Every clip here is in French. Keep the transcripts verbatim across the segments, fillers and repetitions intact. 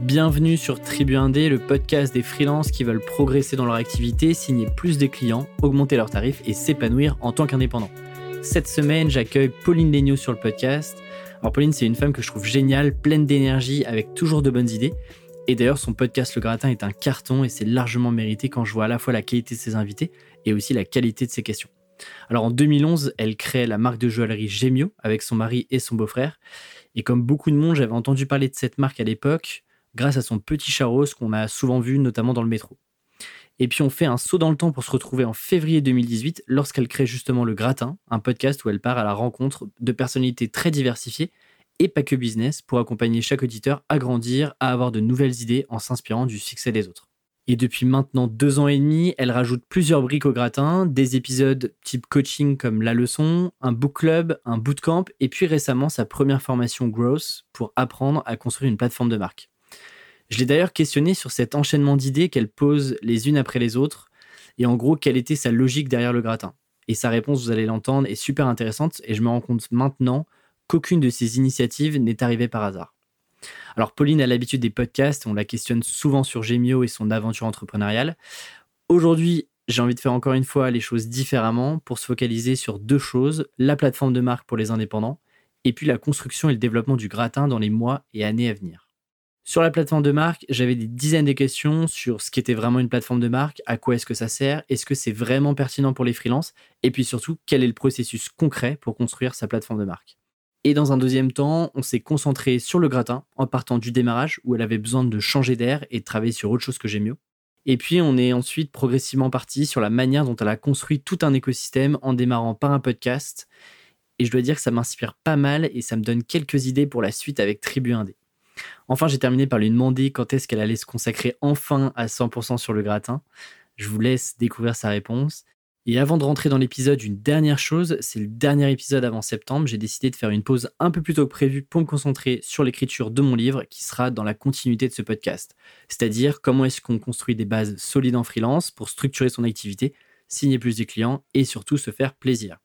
Bienvenue sur Tribu Indé, le podcast des freelances qui veulent progresser dans leur activité, signer plus de clients, augmenter leurs tarifs et s'épanouir en tant qu'indépendant. Cette semaine, j'accueille Pauline Léniaud sur le podcast. Alors Pauline, c'est une femme que je trouve géniale, pleine d'énergie, avec toujours de bonnes idées. Et d'ailleurs, son podcast Le Gratin est un carton et c'est largement mérité quand je vois à la fois la qualité de ses invités et aussi la qualité de ses questions. Alors en deux mille onze, elle crée la marque de joaillerie Gemio avec son mari et son beau-frère. Et comme beaucoup de monde, j'avais entendu parler de cette marque à l'époque grâce à son petit chat rose qu'on a souvent vu notamment dans le métro. Et puis on fait un saut dans le temps pour se retrouver en février deux mille dix-huit lorsqu'elle crée justement Le Gratin, un podcast où elle part à la rencontre de personnalités très diversifiées et pas que business pour accompagner chaque auditeur à grandir, à avoir de nouvelles idées en s'inspirant du succès des autres. Et depuis maintenant deux ans et demi, elle rajoute plusieurs briques au gratin, des épisodes type coaching comme La Leçon, un book club, un bootcamp et puis récemment sa première formation Growth pour apprendre à construire une plateforme de marque. Je l'ai d'ailleurs questionné sur cet enchaînement d'idées qu'elle pose les unes après les autres et en gros quelle était sa logique derrière le gratin. Et sa réponse, vous allez l'entendre, est super intéressante et je me rends compte maintenant qu'aucune de ces initiatives n'est arrivée par hasard. Alors Pauline a l'habitude des podcasts, on la questionne souvent sur Gemio et son aventure entrepreneuriale. Aujourd'hui, j'ai envie de faire encore une fois les choses différemment pour se focaliser sur deux choses, la plateforme de marque pour les indépendants et puis la construction et le développement du gratin dans les mois et années à venir. Sur la plateforme de marque, j'avais des dizaines de questions sur ce qu'était vraiment une plateforme de marque, à quoi est-ce que ça sert, est-ce que c'est vraiment pertinent pour les freelances, et puis surtout, quel est le processus concret pour construire sa plateforme de marque. Et dans un deuxième temps, on s'est concentré sur le gratin, en partant du démarrage, où elle avait besoin de changer d'air et de travailler sur autre chose que Gemio. Et puis, on est ensuite progressivement parti sur la manière dont elle a construit tout un écosystème en démarrant par un podcast. Et je dois dire que ça m'inspire pas mal et ça me donne quelques idées pour la suite avec Tribu Indé. Enfin, j'ai terminé par lui demander quand est-ce qu'elle allait se consacrer enfin à cent pour cent sur le gratin. Je vous laisse découvrir sa réponse. Et avant de rentrer dans l'épisode, une dernière chose, c'est le dernier épisode avant septembre. J'ai décidé de faire une pause un peu plus tôt que prévu pour me concentrer sur l'écriture de mon livre qui sera dans la continuité de ce podcast. C'est-à-dire comment est-ce qu'on construit des bases solides en freelance pour structurer son activité, signer plus de clients et surtout se faire plaisir.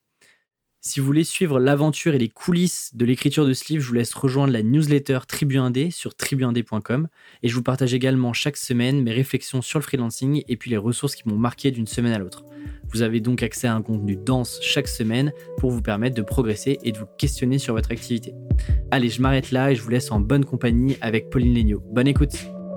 Si vous voulez suivre l'aventure et les coulisses de l'écriture de ce livre, je vous laisse rejoindre la newsletter Tribu Indé sur tribu indé point com et je vous partage également chaque semaine mes réflexions sur le freelancing et puis les ressources qui m'ont marqué d'une semaine à l'autre. Vous avez donc accès à un contenu dense chaque semaine pour vous permettre de progresser et de vous questionner sur votre activité. Allez, je m'arrête là et je vous laisse en bonne compagnie avec Pauline Léniaud. Bonne écoute.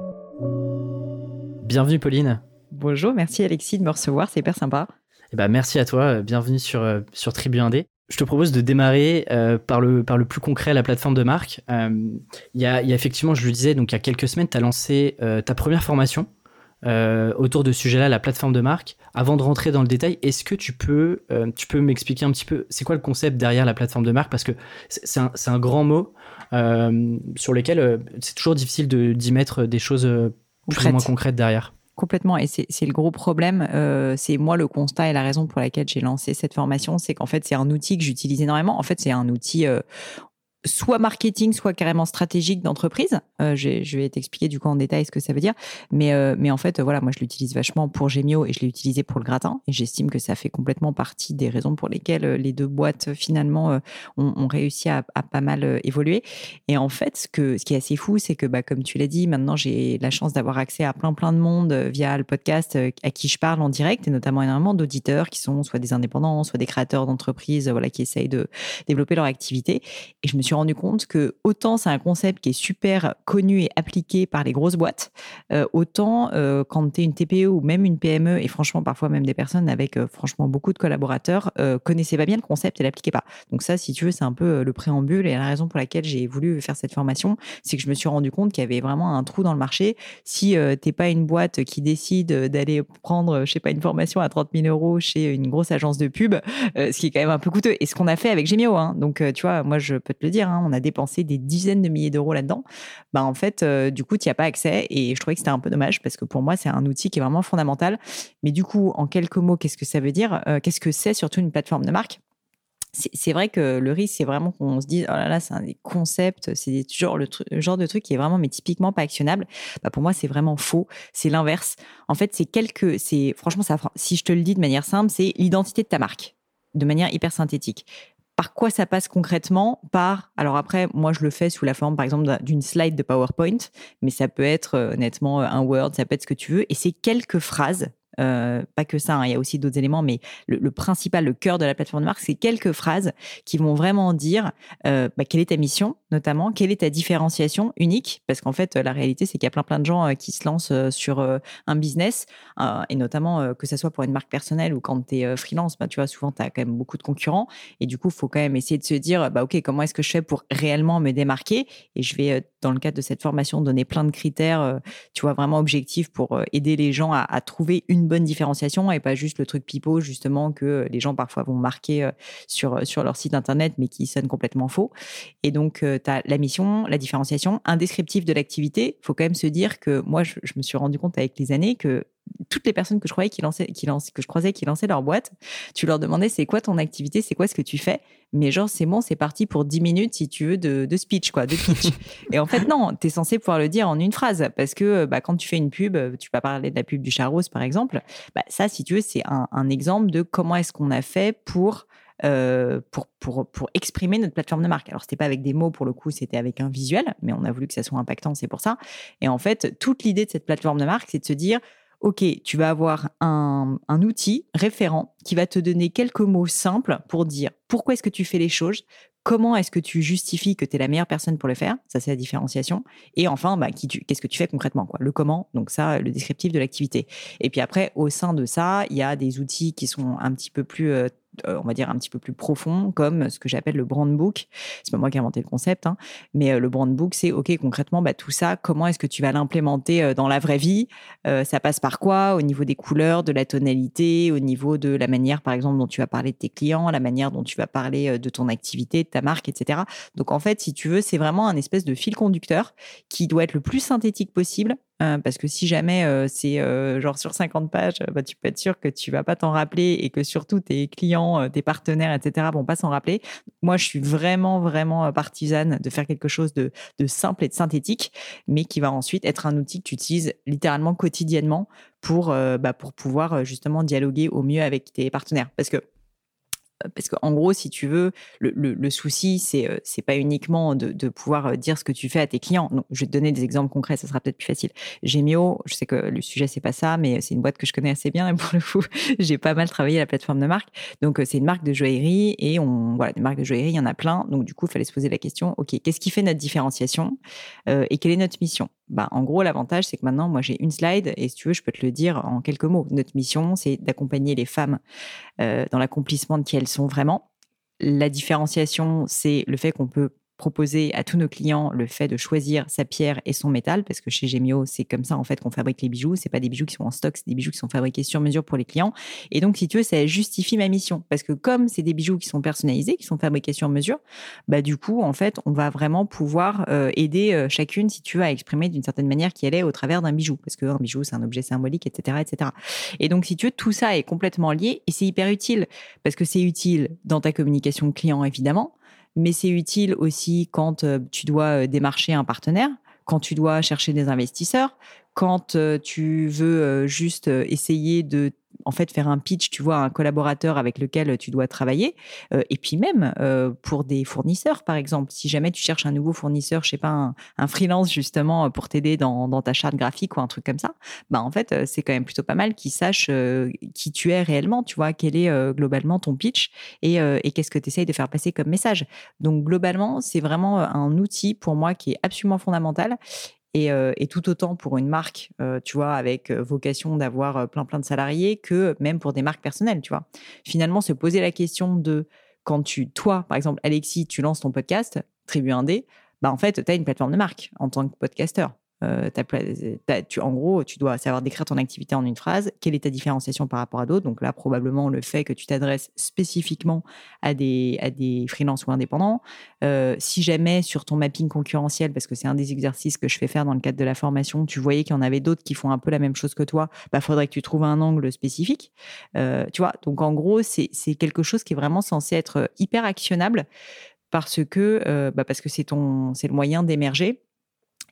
Bienvenue Pauline. Bonjour, merci Alexis de me recevoir, c'est hyper sympa. Eh ben, merci à toi, bienvenue sur, sur Tribu Indé. Je te propose de démarrer euh, par, le, par le plus concret, la plateforme de marque. Il euh, y, a, y a effectivement, je le disais, donc il y a quelques semaines, tu as lancé euh, ta première formation euh, autour de ce sujet-là, la plateforme de marque. Avant de rentrer dans le détail, est-ce que tu peux, euh, tu peux m'expliquer un petit peu, c'est quoi le concept derrière la plateforme de marque ? Parce que c'est, c'est, un, c'est un grand mot euh, sur lequel euh, c'est toujours difficile de, d'y mettre des choses euh, plus ou moins concrètes derrière. Complètement, et c'est, c'est le gros problème. Euh, c'est moi le constat et la raison pour laquelle j'ai lancé cette formation, c'est qu'en fait c'est un outil que j'utilise énormément. En fait c'est un outil euh, soit marketing, soit carrément stratégique d'entreprise. Euh, je, je vais t'expliquer du coup en détail ce que ça veut dire. Mais, euh, mais en fait, voilà, moi je l'utilise vachement pour Gemio et je l'ai utilisé pour le gratin. Et j'estime que ça fait complètement partie des raisons pour lesquelles les deux boîtes finalement euh, ont, ont réussi à, à pas mal euh, évoluer. Et en fait, ce, que, ce qui est assez fou, c'est que bah, comme tu l'as dit, maintenant j'ai la chance d'avoir accès à plein plein de monde euh, via le podcast euh, à qui je parle en direct et notamment énormément d'auditeurs qui sont soit des indépendants, soit des créateurs d'entreprises, euh, voilà, qui essayent de développer leur activité. Et je me suis rendu compte que autant c'est un concept qui est super connu et appliqué par les grosses boîtes, euh, autant euh, quand tu es une T P E ou même une P M E, et franchement parfois même des personnes avec euh, franchement beaucoup de collaborateurs, euh, connaissaient pas bien le concept et l'appliquaient pas. Donc ça, si tu veux, c'est un peu euh, le préambule et la raison pour laquelle j'ai voulu faire cette formation, c'est que je me suis rendu compte qu'il y avait vraiment un trou dans le marché. Si euh, t'es pas une boîte qui décide d'aller prendre, je sais pas, une formation à trente mille euros chez une grosse agence de pub, euh, ce qui est quand même un peu coûteux. Et ce qu'on a fait avec Gemio, hein. Donc euh, tu vois, moi je peux te le dire, hein, on a dépensé des dizaines de milliers d'euros là-dedans. Bah, en fait, euh, du coup, tu n'y as pas accès et je trouvais que c'était un peu dommage parce que pour moi, c'est un outil qui est vraiment fondamental. Mais du coup, en quelques mots, qu'est-ce que ça veut dire ? euh, Qu'est-ce que c'est surtout une plateforme de marque ? C'est, c'est vrai que le risque, c'est vraiment qu'on se dise, oh là là, c'est un des concepts, c'est toujours le, tru- le genre de truc qui est vraiment, mais typiquement pas actionnable. Bah, pour moi, c'est vraiment faux. C'est l'inverse. En fait, c'est quelque, c'est, franchement, ça, si je te le dis de manière simple, c'est l'identité de ta marque, de manière hyper synthétique. par quoi ça passe concrètement? Par, alors après, moi, je le fais sous la forme, par exemple, d'une slide de PowerPoint, mais ça peut être euh, honnêtement un Word, ça peut être ce que tu veux. Et c'est quelques phrases, euh, pas que ça, hein, il y a aussi d'autres éléments, mais le, le principal, le cœur de la plateforme de marque, c'est quelques phrases qui vont vraiment dire euh, bah, quelle est ta mission, notamment, quelle est ta différenciation unique, parce qu'en fait, la réalité, c'est qu'il y a plein, plein de gens euh, qui se lancent euh, sur euh, un business, euh, et notamment euh, que ça soit pour une marque personnelle ou quand tu es euh, freelance, bah, tu vois, souvent, tu as quand même beaucoup de concurrents. Et du coup, il faut quand même essayer de se dire, bah, OK, comment est-ce que je fais pour réellement me démarquer? Et je vais, dans le cadre de cette formation, donner plein de critères, tu vois, vraiment objectifs pour aider les gens à, à trouver une bonne différenciation et pas juste le truc pipeau, justement, que les gens parfois vont marquer sur, sur leur site internet, mais qui sonne complètement faux. Et donc, tu as la mission, la différenciation, un descriptif de l'activité. Il faut quand même se dire que moi, je, je me suis rendu compte avec les années que toutes les personnes que je croyais qui lançaient, qui lançaient, que je croisais qui lançaient leur boîte, tu leur demandais c'est quoi ton activité, c'est quoi ce que tu fais, mais genre c'est bon, c'est parti pour dix minutes si tu veux de, de speech, quoi, de pitch. Et en fait non, tu es censé pouvoir le dire en une phrase parce que bah, quand tu fais une pub, tu vas parler de la pub du Charros par exemple, bah, ça si tu veux c'est un, un exemple de comment est-ce qu'on a fait pour Euh, pour, pour, pour exprimer notre plateforme de marque. Alors, ce n'était pas avec des mots, pour le coup, c'était avec un visuel, mais on a voulu que ça soit impactant, c'est pour ça. Et en fait, toute l'idée de cette plateforme de marque, c'est de se dire, OK, tu vas avoir un, un outil référent qui va te donner quelques mots simples pour dire pourquoi est-ce que tu fais les choses, comment est-ce que tu justifies que tu es la meilleure personne pour le faire, ça c'est la différenciation, et enfin, bah, qui tu, qu'est-ce que tu fais concrètement, quoi, le comment, donc ça, le descriptif de l'activité. Et puis après, au sein de ça, il y a des outils qui sont un petit peu plus... Euh, on va dire un petit peu plus profond, comme ce que j'appelle le brand book. C'est pas moi qui ai inventé le concept, hein, mais euh, le brand book, c'est OK, concrètement, bah, tout ça, comment est-ce que tu vas l'implémenter euh, dans la vraie vie? euh, Ça passe par quoi? Au niveau des couleurs, de la tonalité, au niveau de la manière, par exemple, dont tu vas parler de tes clients, la manière dont tu vas parler euh, de ton activité, de ta marque, et cetera. Donc, en fait, si tu veux, c'est vraiment un espèce de fil conducteur qui doit être le plus synthétique possible. Euh, parce que si jamais euh, c'est euh, genre sur cinquante pages, bah, tu peux être sûr que tu vas pas t'en rappeler et que surtout tes clients, euh, tes partenaires, et cetera vont pas s'en rappeler. Moi, je suis vraiment, vraiment partisane de faire quelque chose de, de simple et de synthétique, mais qui va ensuite être un outil que tu utilises littéralement quotidiennement pour, euh, bah, pour pouvoir justement dialoguer au mieux avec tes partenaires. Parce que Parce qu'en gros, si tu veux, le, le, le souci, c'est euh, c'est pas uniquement de, de pouvoir dire ce que tu fais à tes clients. Donc, je vais te donner des exemples concrets, ça sera peut-être plus facile. Gemio, je sais que le sujet, c'est pas ça, mais c'est une boîte que je connais assez bien et pour le coup, j'ai pas mal travaillé la plateforme de marque. Donc, c'est une marque de joaillerie et on, voilà, des marques de joaillerie, il y en a plein. Donc, du coup, il fallait se poser la question, OK, qu'est-ce qui fait notre différenciation euh, et quelle est notre mission? Bah, en gros, l'avantage, c'est que maintenant, moi, j'ai une slide et si tu veux, je peux te le dire en quelques mots. Notre mission, c'est d'accompagner les femmes euh, dans l'accomplissement de qui elles sont vraiment. La différenciation, c'est le fait qu'on peut proposer à tous nos clients le fait de choisir sa pierre et son métal, parce que chez Gemio, c'est comme ça en fait qu'on fabrique les bijoux. C'est pas des bijoux qui sont en stock, c'est des bijoux qui sont fabriqués sur mesure pour les clients. Et donc, si tu veux, ça justifie ma mission, parce que comme c'est des bijoux qui sont personnalisés, qui sont fabriqués sur mesure, bah du coup, en fait, on va vraiment pouvoir euh, aider euh, chacune, si tu veux, à exprimer d'une certaine manière qui elle est au travers d'un bijou, parce qu'un bijou, c'est un objet symbolique, et cetera, et cetera. Et donc, si tu veux, tout ça est complètement lié et c'est hyper utile, parce que c'est utile dans ta communication client, évidemment, mais c'est utile aussi quand euh, tu dois démarcher un partenaire, quand tu dois chercher des investisseurs, quand euh, tu veux euh, juste essayer de en fait faire un pitch, tu vois, à un collaborateur avec lequel tu dois travailler, euh, et puis même euh, pour des fournisseurs, par exemple, si jamais tu cherches un nouveau fournisseur, je sais pas, un, un freelance justement pour t'aider dans, dans ta charte graphique ou un truc comme ça, bah en fait c'est quand même plutôt pas mal qu'ils sachent euh, qui tu es réellement, tu vois, quel est euh, globalement ton pitch et, euh, et qu'est-ce que tu essayes de faire passer comme message. Donc globalement, c'est vraiment un outil pour moi qui est absolument fondamental. Et, euh, et tout autant pour une marque, euh, tu vois, avec vocation d'avoir plein plein de salariés, que même pour des marques personnelles, tu vois. Finalement, se poser la question de quand tu, toi, par exemple, Alexis, tu lances ton podcast, Tribu Indé, bah en fait, tu as une plateforme de marque en tant que podcasteur. Euh, t'as, t'as, tu, en gros, tu dois savoir décrire ton activité en une phrase. Quelle est ta différenciation par rapport à d'autres? Donc là, probablement, le fait que tu t'adresses spécifiquement à des, à des freelances ou indépendants. Euh, si jamais, sur ton mapping concurrentiel, parce que c'est un des exercices que je fais faire dans le cadre de la formation, tu voyais qu'il y en avait d'autres qui font un peu la même chose que toi, bah, faudrait que tu trouves un angle spécifique. Euh, tu vois, donc en gros, c'est, c'est quelque chose qui est vraiment censé être hyper actionnable parce que, euh, bah, parce que c'est, ton, c'est le moyen d'émerger.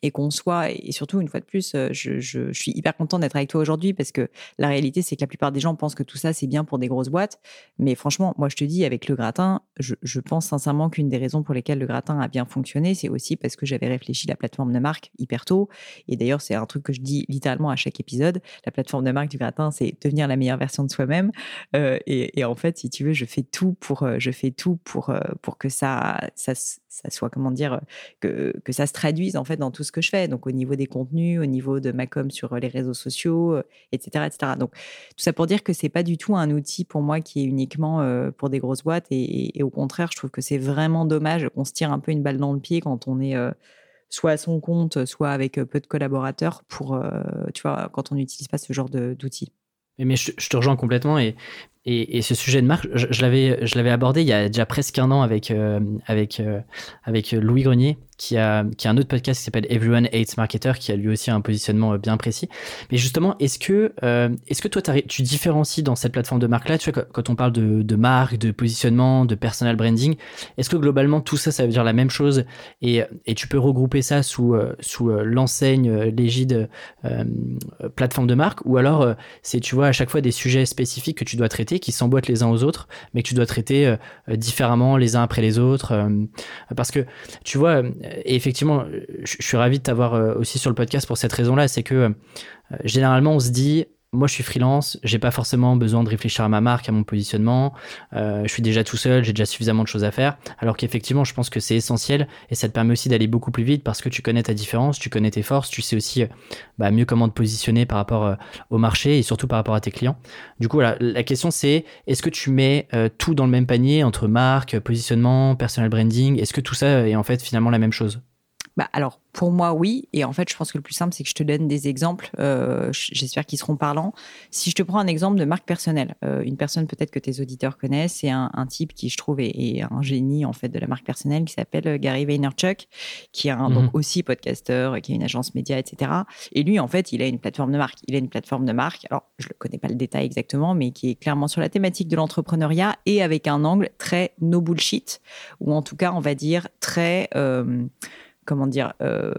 et qu'on soit, et surtout une fois de plus, je, je, je suis hyper contente d'être avec toi aujourd'hui parce que la réalité, c'est que la plupart des gens pensent que tout ça, c'est bien pour des grosses boîtes. Mais franchement, moi, je te dis, avec le gratin, je, je pense sincèrement qu'une des raisons pour lesquelles le gratin a bien fonctionné, c'est aussi parce que j'avais réfléchi la plateforme de marque hyper tôt. Et d'ailleurs, c'est un truc que je dis littéralement à chaque épisode. La plateforme de marque du gratin, c'est devenir la meilleure version de soi-même. Euh, et, et en fait, si tu veux, je fais tout pour, je fais tout pour, pour que ça, ça, ça soit, comment dire, que, que ça se traduise en fait dans tout ce que je fais. Donc, au niveau des contenus, au niveau de ma com sur les réseaux sociaux, et cetera, et cetera. Donc, tout ça pour dire que c'est pas du tout un outil pour moi qui est uniquement euh, pour des grosses boîtes. Et, et, et au contraire, je trouve que c'est vraiment dommage qu'on se tire un peu une balle dans le pied quand on est euh, soit à son compte, soit avec peu de collaborateurs pour, euh, tu vois, quand on n'utilise pas ce genre de, d'outils. Mais, mais je, je te rejoins complètement et, et, et ce sujet de marque, je, je, l'avais, je l'avais abordé il y a déjà presque un an avec, euh, avec, euh, avec Louis Grenier, qui a, qui a un autre podcast qui s'appelle Everyone Hates Marketer, qui a lui aussi un positionnement bien précis. Mais justement, est-ce que, euh, est-ce que toi, tu différencies dans cette plateforme de marque-là, tu vois, quand on parle de, de marque, de positionnement, de personal branding, est-ce que globalement, tout ça, ça veut dire la même chose et, et tu peux regrouper ça sous, sous l'enseigne, l'égide euh, plateforme de marque, ou alors euh, c'est, tu vois, à chaque fois des sujets spécifiques que tu dois traiter, qui s'emboîtent les uns aux autres, mais que tu dois traiter euh, différemment les uns après les autres. Euh, parce que, tu vois, et effectivement, je, je suis ravi de t'avoir euh, aussi sur le podcast pour cette raison-là, c'est que euh, généralement, on se dit, moi, je suis freelance, j'ai pas forcément besoin de réfléchir à ma marque, à mon positionnement, euh, je suis déjà tout seul, j'ai déjà suffisamment de choses à faire, alors qu'effectivement, je pense que c'est essentiel et ça te permet aussi d'aller beaucoup plus vite parce que tu connais ta différence, tu connais tes forces, tu sais aussi bah, mieux comment te positionner par rapport euh, au marché et surtout par rapport à tes clients. Du coup, voilà, la question c'est, est-ce que tu mets euh, tout dans le même panier entre marque, positionnement, personal branding? Est-ce que tout ça est en fait finalement la même chose? Bah alors, pour moi, oui. Et en fait, je pense que le plus simple, c'est que je te donne des exemples. Euh, j'espère qu'ils seront parlants. Si je te prends un exemple de marque personnelle, euh, une personne peut-être que tes auditeurs connaissent, c'est un, un type qui, je trouve, est, est un génie en fait de la marque personnelle, qui s'appelle Gary Vaynerchuk, qui est un, mm-hmm. donc aussi podcasteur, qui a une agence média, et cetera. Et lui, en fait, il a une plateforme de marque. Il a une plateforme de marque. Alors, je ne connais pas le détail exactement, mais qui est clairement sur la thématique de l'entrepreneuriat et avec un angle très no bullshit, ou en tout cas, on va dire très euh, comment dire, euh,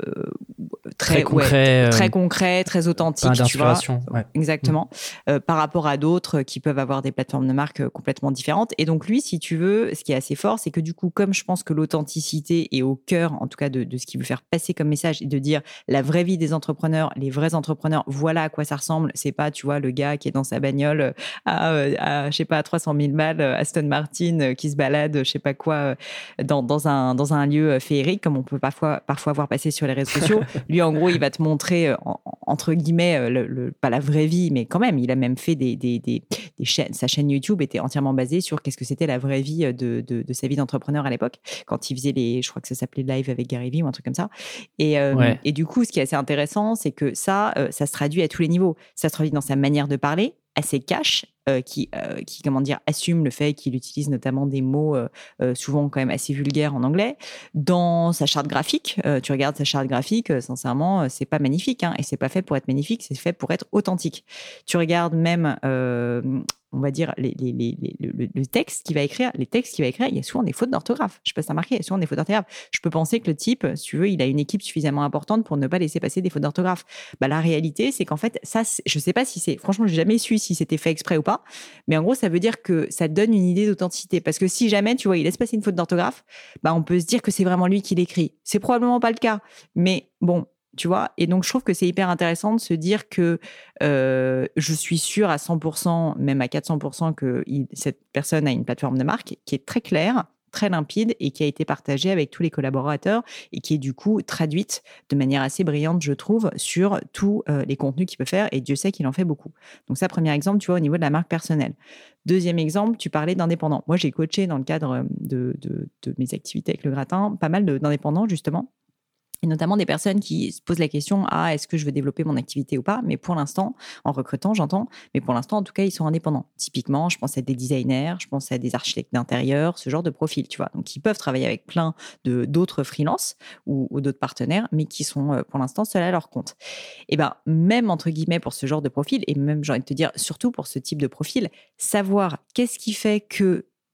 très, très concret, ouais, très euh, concret, très authentique, tu vois. Ouais. Exactement. Mmh. Euh, par rapport à d'autres qui peuvent avoir des plateformes de marque complètement différentes. Et donc lui, si tu veux, ce qui est assez fort, c'est que du coup, comme je pense que l'authenticité est au cœur, en tout cas, de, de ce qu'il veut faire passer comme message et de dire la vraie vie des entrepreneurs, les vrais entrepreneurs, voilà à quoi ça ressemble. C'est pas, tu vois, le gars qui est dans sa bagnole à, à je sais pas, à trois cent mille balles, Aston Martin, qui se balade, je sais pas quoi, dans, dans un, dans un lieu féerique, comme on peut parfois, parfois voir passer sur les réseaux sociaux. Lui, en gros, il va te montrer, en, entre guillemets, le, le, pas la vraie vie, mais quand même, il a même fait des, des, des, des chaînes. Sa chaîne YouTube était entièrement basée sur qu'est-ce que c'était la vraie vie de, de, de sa vie d'entrepreneur à l'époque, quand il faisait les, je crois que ça s'appelait Live avec Gary Vee ou un truc comme ça. Et, euh, ouais. et du coup, ce qui est assez intéressant, c'est que ça, euh, ça se traduit à tous les niveaux. Ça se traduit dans sa manière de parler, assez cash, euh, qui, euh, qui, comment dire, assume le fait qu'il utilise notamment des mots euh, euh, souvent quand même assez vulgaires en anglais. Dans sa charte graphique, euh, tu regardes sa charte graphique, euh, sincèrement, euh, c'est pas magnifique, hein, et c'est pas fait pour être magnifique, c'est fait pour être authentique. Tu regardes même, euh, on va dire, les, les, les, les, le, le texte qu'il va écrire, les textes qu'il va écrire, il y a souvent des fautes d'orthographe. Je sais pas si t'as remarqué, il y a souvent des fautes d'orthographe. Je peux penser que le type, si tu veux, il a une équipe suffisamment importante pour ne pas laisser passer des fautes d'orthographe. Bah, la réalité, c'est qu'en fait, ça, je sais pas si c'est, franchement, j'ai jamais su si c'était fait exprès ou pas, mais en gros, ça veut dire que ça donne une idée d'authenticité. Parce que si jamais, tu vois, il laisse passer une faute d'orthographe, bah, on peut se dire que c'est vraiment lui qui l'écrit. C'est probablement pas le cas, mais bon, tu vois. Et donc, je trouve que c'est hyper intéressant de se dire que euh, je suis sûre à cent pour cent, même à quatre cents pour cent, que il, cette personne a une plateforme de marque qui est très claire, très limpide et qui a été partagée avec tous les collaborateurs et qui est du coup traduite de manière assez brillante, je trouve, sur tous euh, les contenus qu'il peut faire, et Dieu sait qu'il en fait beaucoup. Donc ça, premier exemple, tu vois, au niveau de la marque personnelle. Deuxième exemple, tu parlais d'indépendants. Moi, j'ai coaché dans le cadre de, de, de mes activités avec le gratin pas mal de, d'indépendants, justement, et notamment des personnes qui se posent la question « Ah, est-ce que je veux développer mon activité ou pas ?» Mais pour l'instant, en recrutant, j'entends, mais pour l'instant, en tout cas, ils sont indépendants. Typiquement, je pense à des designers, je pense à des architectes d'intérieur, ce genre de profil, tu vois. Donc, ils peuvent travailler avec plein de, d'autres freelances ou, ou d'autres partenaires, mais qui sont pour l'instant seuls à leur compte. Et bien, même entre guillemets pour ce genre de profil, et même, j'ai envie de te dire, surtout pour ce type de profil, savoir qu'est-ce qui fait que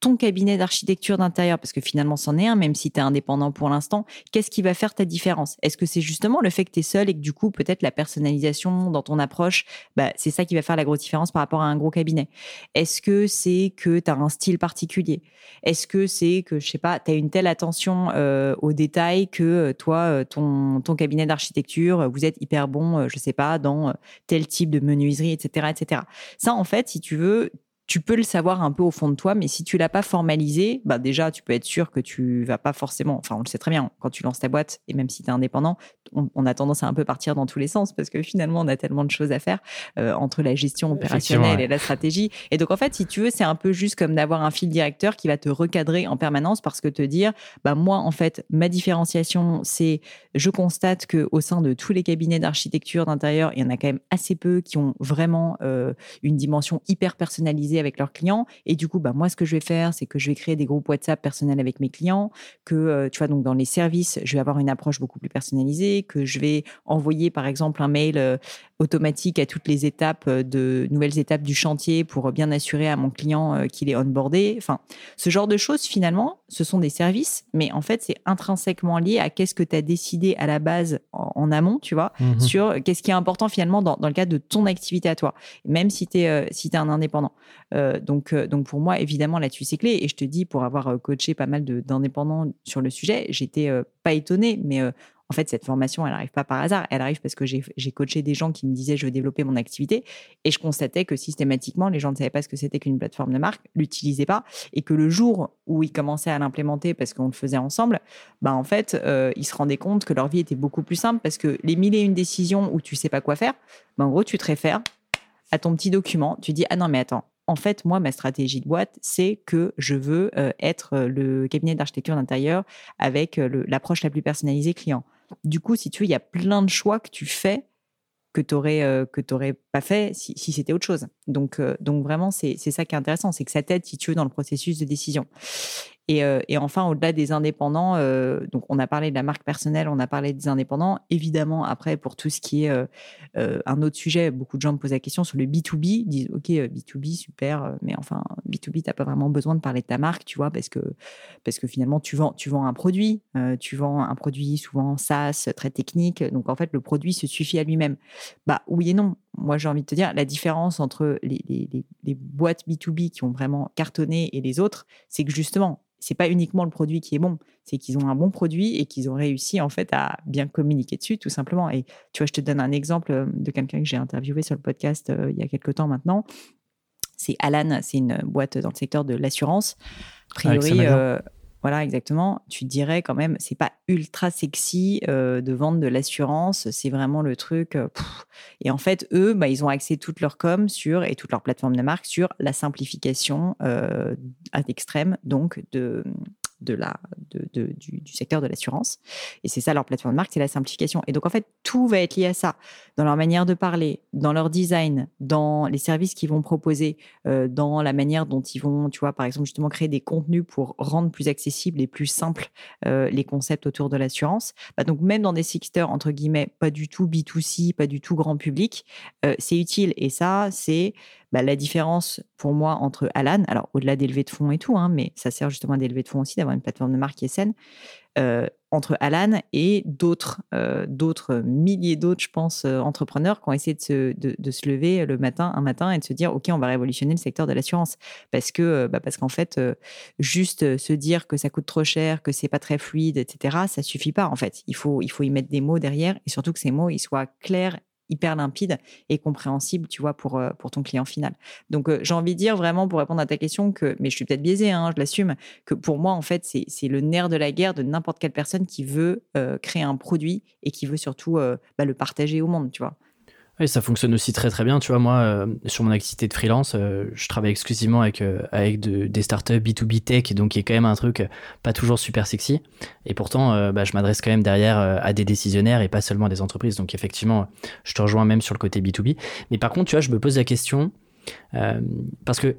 ton cabinet d'architecture d'intérieur, parce que finalement, c'en est un, même si tu es indépendant pour l'instant, qu'est-ce qui va faire ta différence? Est-ce que c'est justement le fait que tu es seul et que du coup, peut-être la personnalisation dans ton approche, bah, c'est ça qui va faire la grosse différence par rapport à un gros cabinet? Est-ce que c'est que tu as un style particulier? Est-ce que c'est que, je sais pas, tu as une telle attention euh, aux détails que euh, toi, ton, ton cabinet d'architecture, vous êtes hyper bon, euh, je sais pas, dans euh, tel type de menuiserie, et cetera, et cetera. Ça, en fait, si tu veux, tu peux le savoir un peu au fond de toi, mais si tu l'as pas formalisé, bah déjà, tu peux être sûr que tu vas pas forcément, enfin, on le sait très bien, quand tu lances ta boîte, et même si tu es indépendant, on, on a tendance à un peu partir dans tous les sens parce que finalement, on a tellement de choses à faire euh, entre la gestion opérationnelle ouais. et la stratégie. Et donc, en fait, si tu veux, c'est un peu juste comme d'avoir un fil directeur qui va te recadrer en permanence parce que te dire, bah, moi, en fait, ma différenciation, c'est, je constate qu'au sein de tous les cabinets d'architecture d'intérieur, il y en a quand même assez peu qui ont vraiment euh, une dimension hyper personnalisée avec leurs clients. Et du coup, bah, moi, ce que je vais faire, c'est que je vais créer des groupes WhatsApp personnels avec mes clients, que, euh, tu vois, donc dans les services, je vais avoir une approche beaucoup plus personnalisée, que je vais envoyer, par exemple, un mail euh, automatique à toutes les étapes, de nouvelles étapes du chantier pour bien assurer à mon client euh, qu'il est onboardé. Enfin, ce genre de choses, finalement, ce sont des services, mais en fait, c'est intrinsèquement lié à qu'est-ce que tu as décidé à la base en, en amont, tu vois, mmh. sur qu'est-ce qui est important finalement dans, dans le cadre de ton activité à toi, même si tu es euh, si tu es un indépendant. Euh, donc, euh, donc, pour moi, évidemment, là-dessus, c'est clé. Et je te dis, pour avoir coaché pas mal de, d'indépendants sur le sujet, j'étais euh, pas étonnée, mais euh, en fait, cette formation, elle n'arrive pas par hasard. Elle arrive parce que j'ai, j'ai coaché des gens qui me disaient « je veux développer mon activité » et je constatais que systématiquement, les gens ne savaient pas ce que c'était qu'une plateforme de marque, l'utilisaient pas et que le jour où ils commençaient à l'implémenter parce qu'on le faisait ensemble, bah, en fait, euh, ils se rendaient compte que leur vie était beaucoup plus simple parce que les mille et une décisions où tu sais pas quoi faire, bah, en gros, tu te réfères à ton petit document. Tu dis « ah non, mais attends, en fait, moi, ma stratégie de boîte, c'est que je veux euh, être le cabinet d'architecture d'intérieur avec euh, le, l'approche la plus personnalisée client. » Du coup, si tu veux, il y a plein de choix que tu fais que tu n'aurais euh, que t'aurais pas fait si, si c'était autre chose. Donc, euh, donc vraiment, c'est, c'est ça qui est intéressant, c'est que ça t'aide, si tu veux, dans le processus de décision. Et, euh, et enfin, au-delà des indépendants, euh, donc on a parlé de la marque personnelle, on a parlé des indépendants. Évidemment, après, pour tout ce qui est euh, euh, un autre sujet, beaucoup de gens me posent la question sur le B deux B. Ils disent, OK, B deux B, super, mais enfin, B deux B, tu n'as pas vraiment besoin de parler de ta marque, tu vois, parce que, parce que finalement, tu vends, tu vends un produit. Euh, tu vends un produit souvent SaaS, très technique. Donc, en fait, le produit se suffit à lui-même. Bah, oui et non. Moi, j'ai envie de te dire, la différence entre les, les, les, les boîtes B deux B qui ont vraiment cartonné et les autres, c'est que justement, c'est pas uniquement le produit qui est bon, c'est qu'ils ont un bon produit et qu'ils ont réussi en fait à bien communiquer dessus, tout simplement. Et tu vois, je te donne un exemple de quelqu'un que j'ai interviewé sur le podcast euh, il y a quelques temps maintenant. C'est Alan, c'est une boîte dans le secteur de l'assurance. A priori, euh, voilà, exactement. Tu te dirais quand même, c'est pas ultra sexy euh, de vendre de l'assurance. C'est vraiment le truc. Euh, et en fait, eux, bah, ils ont axé toute leur com sur et toute leur plateforme de marque sur la simplification euh, à l'extrême, donc de de la de, de, du, du secteur de l'assurance. Et c'est ça leur plateforme de marque, c'est la simplification. Et donc en fait, tout va être lié à ça, dans leur manière de parler, dans leur design, dans les services qu'ils vont proposer, euh, dans la manière dont ils vont, tu vois, par exemple justement créer des contenus pour rendre plus accessibles et plus simples euh, les concepts autour de l'assurance. Bah, donc même dans des secteurs entre guillemets pas du tout B deux C, pas du tout grand public, euh, c'est utile. Et ça, c'est bah, la différence pour moi entre Alan, alors au-delà des levées de fonds et tout, hein, mais ça sert justement à des levées de fonds aussi, d'avoir une plateforme de marque qui est saine, euh, entre Alan et d'autres, euh, d'autres milliers d'autres, je pense, euh, entrepreneurs qui ont essayé de se, de, de se lever le matin, un matin et de se dire, OK, on va révolutionner le secteur de l'assurance. Parce, que, bah, parce qu'en fait, euh, juste se dire que ça coûte trop cher, que c'est pas très fluide, et cetera, ça suffit pas, en fait. Il faut, il faut y mettre des mots derrière et surtout que ces mots, ils soient clairs, hyper limpide et compréhensible, tu vois, pour, pour ton client final. Donc, euh, j'ai envie de dire vraiment, pour répondre à ta question, que, mais je suis peut-être biaisée, hein, je l'assume, que pour moi, en fait, c'est, c'est le nerf de la guerre de n'importe quelle personne qui veut euh, créer un produit et qui veut surtout euh, bah, le partager au monde, tu vois. Oui, ça fonctionne aussi très très bien. Tu vois, moi, euh, sur mon activité de freelance, euh, je travaille exclusivement avec, euh, avec de, des startups B deux B tech, donc qui est quand même un truc euh, pas toujours super sexy. Et pourtant, euh, bah, je m'adresse quand même derrière euh, à des décisionnaires et pas seulement à des entreprises. Donc effectivement, je te rejoins même sur le côté B deux B. Mais par contre, tu vois, je me pose la question, euh, parce que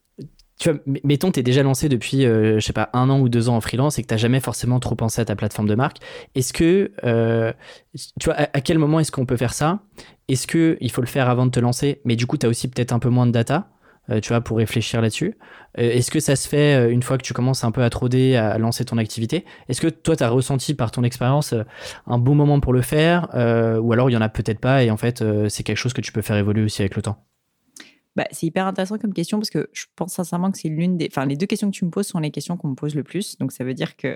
tu vois, mettons, tu es déjà lancé depuis, euh, je sais pas, un an ou deux ans en freelance et que tu n'as jamais forcément trop pensé à ta plateforme de marque. Est-ce que, euh, tu vois, à, à quel moment est-ce qu'on peut faire ça ? Est-ce qu'il faut le faire avant de te lancer ? Mais du coup, tu as aussi peut-être un peu moins de data. euh, tu vois, pour réfléchir là-dessus. Euh, est-ce que ça se fait euh, une fois que tu commences un peu à troder, à lancer ton activité? Est-ce que toi, tu as ressenti par ton expérience euh, un bon moment pour le faire, euh, ou alors il y en a peut-être pas et en fait, euh, c'est quelque chose que tu peux faire évoluer aussi avec le temps? Bah, c'est hyper intéressant comme question parce que je pense sincèrement que c'est l'une des, enfin les deux questions que tu me poses sont les questions qu'on me pose le plus. Donc ça veut dire que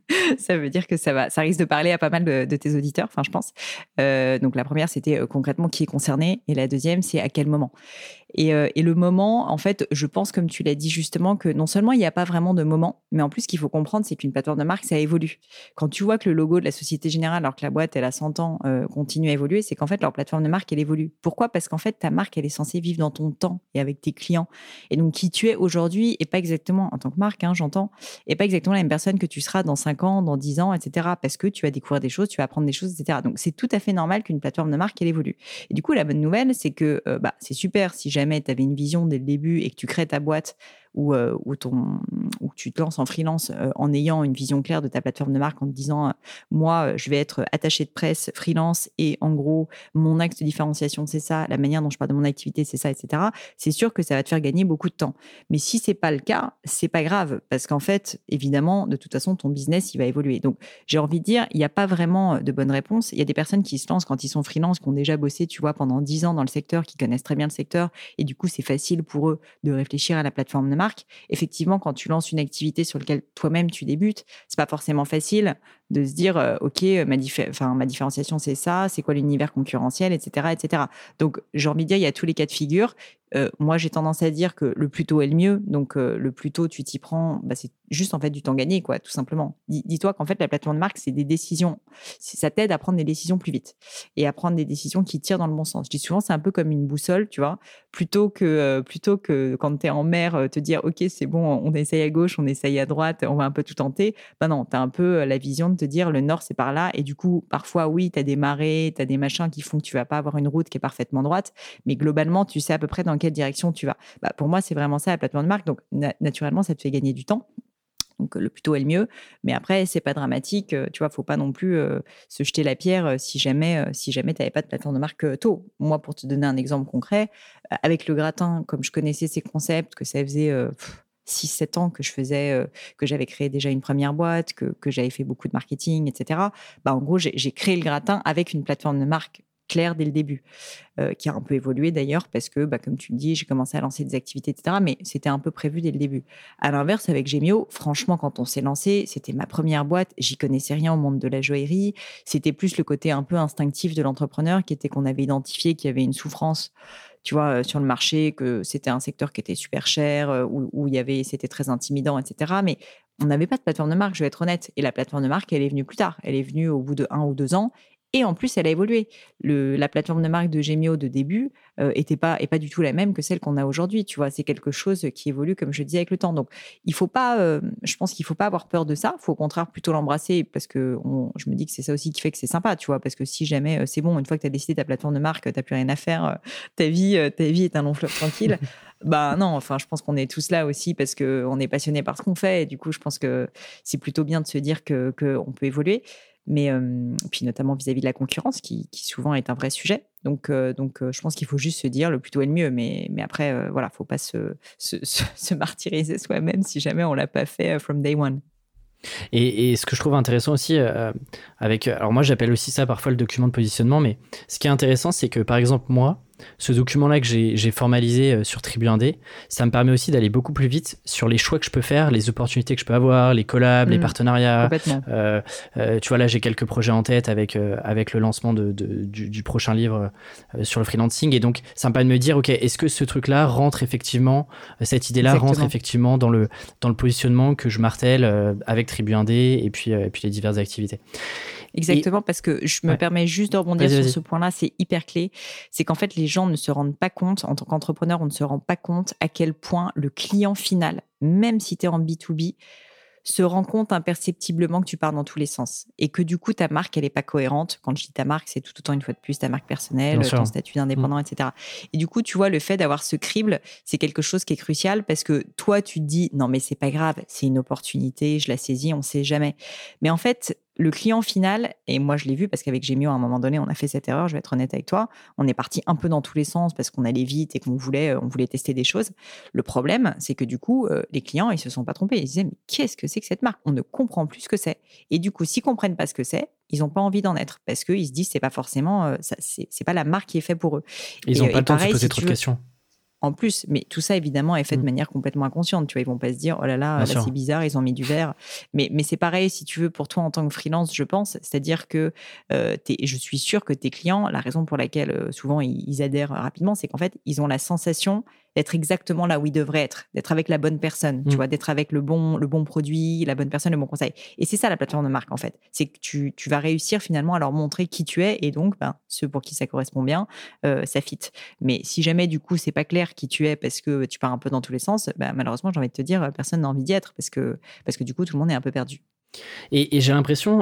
ça veut dire que ça va, ça risque de parler à pas mal de, de tes auditeurs. Enfin je pense. Euh, donc la première c'était euh, concrètement qui est concerné et la deuxième c'est à quel moment. Et, euh, et le moment, en fait, je pense, comme tu l'as dit justement, que non seulement il n'y a pas vraiment de moment, mais en plus, ce qu'il faut comprendre, c'est qu'une plateforme de marque, ça évolue. Quand tu vois que le logo de la Société Générale, alors que la boîte, elle a cent ans, euh, continue à évoluer, c'est qu'en fait, leur plateforme de marque, elle évolue. Pourquoi ? Parce qu'en fait, ta marque, elle est censée vivre dans ton temps et avec tes clients. Et donc, qui tu es aujourd'hui, et pas exactement, en tant que marque, hein, j'entends, et pas exactement la même personne que tu seras dans cinq ans, dans dix ans, et cetera. Parce que tu vas découvrir des choses, tu vas apprendre des choses, et cetera. Donc, c'est tout à fait normal qu'une plateforme de marque, elle évolue. Et du coup, la bonne nouvelle, c'est que euh, bah, c'est super si jamais tu avais une vision dès le début et que tu crées ta boîte ou, euh, ou, ton, ou tu te lances en freelance euh, en ayant une vision claire de ta plateforme de marque en te disant euh, moi, je vais être attaché de presse freelance et en gros, mon axe de différenciation, c'est ça, la manière dont je parle de mon activité, c'est ça, et cetera. C'est sûr que ça va te faire gagner beaucoup de temps. Mais si c'est pas le cas, c'est pas grave parce qu'en fait, évidemment, de toute façon, ton business, il va évoluer. Donc, j'ai envie de dire, il n'y a pas vraiment de bonne réponse. Il y a des personnes qui se lancent quand ils sont freelance, qui ont déjà bossé, tu vois, pendant dix ans dans le secteur, qui connaissent très bien le secteur et du coup, c'est facile pour eux de réfléchir à la plateforme de marque. Effectivement, quand tu lances une activité sur laquelle toi-même tu débutes, c'est pas forcément facile de se dire euh, ok, ma, diffé- enfin, ma différenciation c'est ça, c'est quoi l'univers concurrentiel, et cetera, et cetera. Donc j'ai envie de dire, il y a tous les cas de figure. Euh, moi, j'ai tendance à dire que le plus tôt est le mieux. Donc, euh, le plus tôt tu t'y prends, bah, c'est juste en fait du temps gagné, quoi, tout simplement. Dis- dis-toi qu'en fait, la plateforme de marque, c'est des décisions. Ça t'aide à prendre des décisions plus vite et à prendre des décisions qui tirent dans le bon sens. Je dis souvent, c'est un peu comme une boussole, tu vois. Plutôt que, euh, plutôt que quand tu es en mer, euh, te dire, OK, c'est bon, on essaye à gauche, on essaye à droite, on va un peu tout tenter. Ben non, tu as un peu la vision de te dire, le nord, c'est par là. Et du coup, parfois, oui, tu as des marées, tu as des machins qui font que tu vas pas avoir une route qui est parfaitement droite. Mais globalement, tu sais à peu près dans quelle direction tu vas. Bah, pour moi, c'est vraiment ça, la plateforme de marque. Donc, na- naturellement, ça te fait gagner du temps. Donc, le plus tôt est le mieux. Mais après, c'est pas dramatique. Euh, Tu vois, faut pas non plus euh, se jeter la pierre euh, si jamais, euh, si jamais tu n'avais pas de plateforme de marque euh, tôt. Moi, pour te donner un exemple concret, euh, avec le gratin, comme je connaissais ces concepts, que ça faisait euh, pff, six sept ans que je faisais, euh, que j'avais créé déjà une première boîte, que, que j'avais fait beaucoup de marketing, et cetera. Bah, en gros, j'ai, j'ai créé le gratin avec une plateforme de marque claire dès le début. Euh, qui a un peu évolué d'ailleurs parce que, bah, comme tu le dis, j'ai commencé à lancer des activités, et cetera. Mais c'était un peu prévu dès le début. À l'inverse, avec Gemio, franchement, quand on s'est lancé, c'était ma première boîte. J'y connaissais rien au monde de la joaillerie. C'était plus le côté un peu instinctif de l'entrepreneur qui était qu'on avait identifié qu'il y avait une souffrance, tu vois, euh, sur le marché, que c'était un secteur qui était super cher, euh, où, où il y avait, c'était très intimidant, et cetera. Mais on n'avait pas de plateforme de marque, je vais être honnête. Et la plateforme de marque, elle est venue plus tard. Elle est venue au bout de un ou deux ans. Et en plus, elle a évolué. Le, la plateforme de marque de Gemio de début euh, était pas, est pas du tout la même que celle qu'on a aujourd'hui. Tu vois, c'est quelque chose qui évolue, comme je disais, avec le temps. Donc, il faut pas, euh, je pense qu'il faut pas avoir peur de ça. Il faut au contraire plutôt l'embrasser parce que on, je me dis que c'est ça aussi qui fait que c'est sympa, tu vois. Parce que si jamais euh, c'est bon, une fois que tu as décidé ta plateforme de marque, tu n'as plus rien à faire, euh, ta vie, euh, ta vie est un long fleuve tranquille. Bah non, enfin, je pense qu'on est tous là aussi parce qu'on est passionné par ce qu'on fait. Et du coup, je pense que c'est plutôt bien de se dire que qu'on peut évoluer. Mais euh, puis notamment vis-à-vis de la concurrence, qui, qui souvent est un vrai sujet. Donc, euh, donc euh, je pense qu'il faut juste se dire le plus tôt est le mieux. Mais, mais après, euh, voilà, faut pas se, se, se, se martyriser soi-même si jamais on l'a pas fait uh, from day one. Et, et ce que je trouve intéressant aussi, euh, avec, alors moi j'appelle aussi ça parfois le document de positionnement, mais ce qui est intéressant, c'est que par exemple moi, ce document-là que j'ai, j'ai formalisé euh, sur Tribu Indé, ça me permet aussi d'aller beaucoup plus vite sur les choix que je peux faire, les opportunités que je peux avoir, les collabs, mmh, les partenariats. Complètement. Euh, euh, tu vois, là j'ai quelques projets en tête avec, euh, avec le lancement de, de, du, du prochain livre euh, sur le freelancing. Et donc ça me permet de me dire, ok, est-ce que ce truc-là rentre effectivement, cette idée-là Exactement. rentre effectivement dans le, dans le positionnement que je martèle euh, avec Tribu Indé et puis, euh, et puis les diverses activités. Exactement, et... parce que je me ouais. permets juste de rebondir vas-y, sur vas-y. ce point-là, c'est hyper clé. C'est qu'en fait, les gens ne se rendent pas compte, en tant qu'entrepreneur, on ne se rend pas compte à quel point le client final, même si tu es en B deux B, se rend compte imperceptiblement que tu pars dans tous les sens et que du coup, ta marque, elle n'est pas cohérente. Quand je dis ta marque, c'est tout autant une fois de plus ta marque personnelle, ton statut d'indépendant, mmh. et cetera. Et du coup, tu vois, le fait d'avoir ce crible, c'est quelque chose qui est crucial parce que toi, tu te dis, non, mais c'est pas grave, c'est une opportunité, je la saisis, on ne sait jamais. Mais en fait, le client final, et moi je l'ai vu parce qu'avec Gemio, à un moment donné, on a fait cette erreur, je vais être honnête avec toi, on est parti un peu dans tous les sens parce qu'on allait vite et qu'on voulait, on voulait tester des choses. Le problème, c'est que du coup, euh, les clients, ils se sont pas trompés. Ils disaient, mais qu'est-ce que c'est que cette marque ? On ne comprend plus ce que c'est. Et du coup, s'ils comprennent pas ce que c'est, ils n'ont pas envie d'en être parce qu'ils se disent, c'est pas forcément, euh, ça, c'est, c'est pas la marque qui est faite pour eux. Ils n'ont pas le temps de se poser trop de questions. En plus, mais tout ça, évidemment, est fait mmh. de manière complètement inconsciente. Tu vois, ils ne vont pas se dire, oh là là, là c'est bizarre, ils ont mis du vert. Mais, mais c'est pareil, si tu veux, pour toi en tant que freelance, je pense. C'est-à-dire que euh, je suis sûre que tes clients, la raison pour laquelle euh, souvent ils, ils adhèrent rapidement, c'est qu'en fait, ils ont la sensation d'être exactement là où ils devraient être, d'être avec la bonne personne, mmh. tu vois, d'être avec le bon, le bon produit, la bonne personne, le bon conseil. Et c'est ça la plateforme de marque, en fait. C'est que tu, tu vas réussir finalement à leur montrer qui tu es et donc, ben, ceux pour qui ça correspond bien, euh, ça fit. Mais si jamais, du coup, c'est pas clair qui tu es parce que tu pars un peu dans tous les sens, ben, malheureusement, j'ai envie de te dire, personne n'a envie d'y être parce que, parce que du coup, tout le monde est un peu perdu. Et, et j'ai l'impression...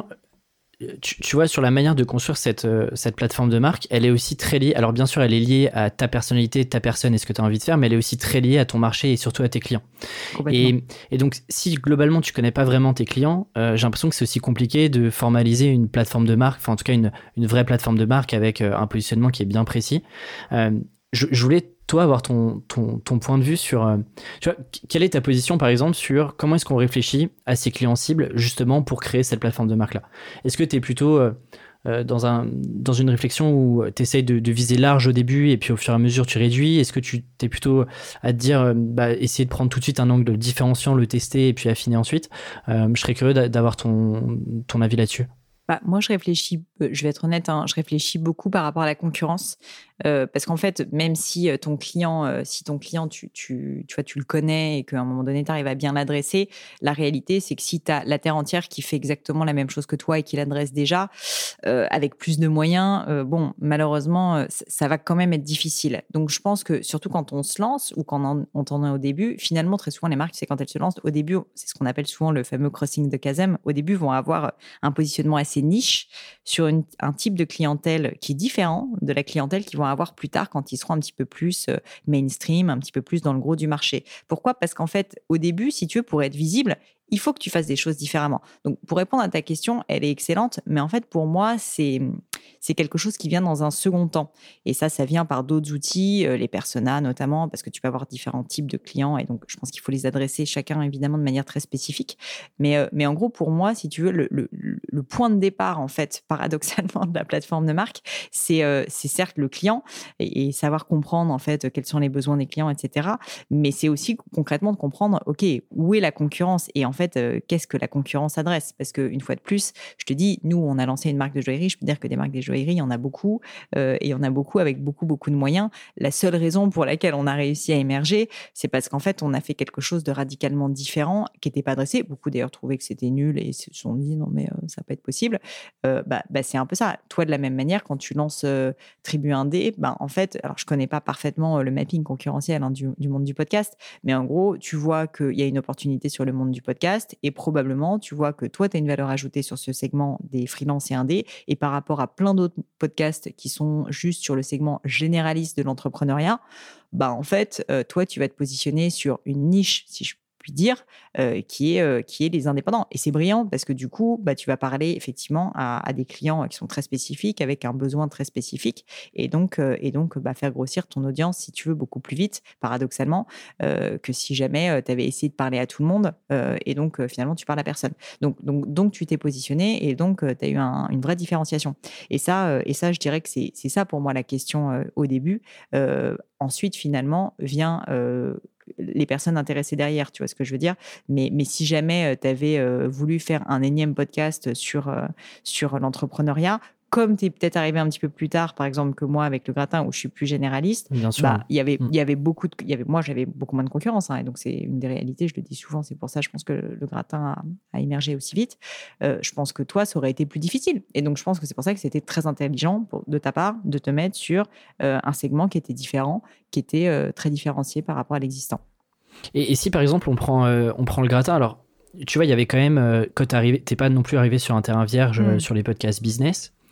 Tu, tu vois, sur la manière de construire cette, euh, cette plateforme de marque, elle est aussi très liée. Alors, bien sûr, elle est liée à ta personnalité, ta personne et ce que tu as envie de faire, mais elle est aussi très liée à ton marché et surtout à tes clients. Et, et donc, si globalement, tu connais pas vraiment tes clients, euh, j'ai l'impression que c'est aussi compliqué de formaliser une plateforme de marque, enfin, en tout cas, une, une vraie plateforme de marque avec euh, un positionnement qui est bien précis. Euh, je, je voulais, toi, avoir ton, ton, ton point de vue sur... Euh, tu vois, quelle est ta position, par exemple, sur comment est-ce qu'on réfléchit à ces clients cibles, justement, pour créer cette plateforme de marque-là ? Est-ce que tu es plutôt euh, euh, dans, un, dans une réflexion où tu essayes de, de viser large au début et puis au fur et à mesure, tu réduis ? Est-ce que tu es plutôt à te dire, euh, bah, essayer de prendre tout de suite un angle différenciant, le tester et puis affiner ensuite ? euh, Je serais curieux d'avoir ton, ton avis là-dessus. Bah, moi, je réfléchis, je vais être honnête, hein, je réfléchis beaucoup par rapport à la concurrence. Euh, parce qu'en fait, même si ton client, euh, si ton client, tu, tu, tu vois, tu le connais et qu'à un moment donné, tu arrives à bien l'adresser, la réalité, c'est que si tu as la terre entière qui fait exactement la même chose que toi et qui l'adresse déjà, euh, avec plus de moyens, euh, bon, malheureusement, euh, ça va quand même être difficile. Donc, je pense que surtout quand on se lance ou quand on, on t'en est au début, finalement, très souvent, les marques, c'est quand elles se lancent, au début, c'est ce qu'on appelle souvent le fameux crossing de chasm, au début, vont avoir un positionnement assez niche sur une, un type de clientèle qui est différent de la clientèle qu'ils vont avoir plus tard quand ils seront un petit peu plus mainstream, un petit peu plus dans le gros du marché. Pourquoi ? Parce qu'en fait, au début, si tu veux, pour être visible, il faut que tu fasses des choses différemment. Donc, pour répondre à ta question, elle est excellente, mais en fait, pour moi, c'est, c'est quelque chose qui vient dans un second temps. Et ça, ça vient par d'autres outils, euh, les personas notamment, parce que tu peux avoir différents types de clients, et donc je pense qu'il faut les adresser chacun, évidemment, de manière très spécifique. Mais, euh, mais en gros, pour moi, si tu veux, le, le, le point de départ, en fait, paradoxalement, de la plateforme de marque, c'est, euh, c'est certes le client, et, et savoir comprendre, en fait, quels sont les besoins des clients, et cetera. Mais c'est aussi concrètement de comprendre, OK, où est la concurrence ? Et en En fait, euh, qu'est-ce que la concurrence adresse ? Parce qu'une fois de plus, je te dis, nous, on a lancé une marque de joaillerie. Je peux dire que des marques de joaillerie, il y en a beaucoup. Euh, et il y en a beaucoup avec beaucoup, beaucoup de moyens. La seule raison pour laquelle on a réussi à émerger, c'est parce qu'en fait, on a fait quelque chose de radicalement différent qui n'était pas adressé. Beaucoup d'ailleurs trouvaient que c'était nul et se sont dit, non, mais euh, ça ne peut pas être possible. Euh, bah, bah, c'est un peu ça. Toi, de la même manière, quand tu lances euh, Tribu Indé, bah, en fait, alors je ne connais pas parfaitement le mapping concurrentiel hein, du, du monde du podcast, mais en gros, tu vois qu'il y a une opportunité sur le monde du podcast. Et probablement, tu vois que toi, tu as une valeur ajoutée sur ce segment des freelances et indés. Et par rapport à plein d'autres podcasts qui sont juste sur le segment généraliste de l'entrepreneuriat, bah, en fait, euh, toi, tu vas te positionner sur une niche, si je puis dire, euh, qui, est, euh, qui est les indépendants. Et c'est brillant parce que du coup, bah, tu vas parler effectivement à, à des clients qui sont très spécifiques, avec un besoin très spécifique. Et donc, euh, et donc bah, faire grossir ton audience, si tu veux, beaucoup plus vite, paradoxalement, euh, que si jamais euh, tu avais essayé de parler à tout le monde. Euh, et donc, euh, finalement, tu parles à personne. Donc, donc, donc tu t'es positionné et donc, euh, tu as eu un, une vraie différenciation. Et ça, euh, et ça, je dirais que c'est, c'est ça pour moi la question euh, au début. Euh, ensuite, finalement, vient... Euh, les personnes intéressées derrière, tu vois ce que je veux dire. Mais, mais si jamais euh, tu avais euh, voulu faire un énième podcast sur, euh, sur l'entrepreneuriat, comme tu es peut-être arrivé un petit peu plus tard, par exemple, que moi avec le gratin, où je suis plus généraliste, Bien sûr. Bah, y avait, y avait beaucoup de, y avait, moi, j'avais beaucoup moins de concurrence. Hein, et donc, c'est une des réalités, je le dis souvent. C'est pour ça, je pense que le, le gratin a, a émergé aussi vite. Euh, je pense que toi, ça aurait été plus difficile. Et donc, je pense que c'est pour ça que c'était très intelligent pour, de ta part de te mettre sur euh, un segment qui était différent, qui était euh, très différencié par rapport à l'existant. Et, et si, par exemple, on prend, euh, on prend le gratin, alors, tu vois, il y avait quand même, euh, quand t'es pas non plus arrivé sur un terrain vierge mmh. euh, sur les podcasts business,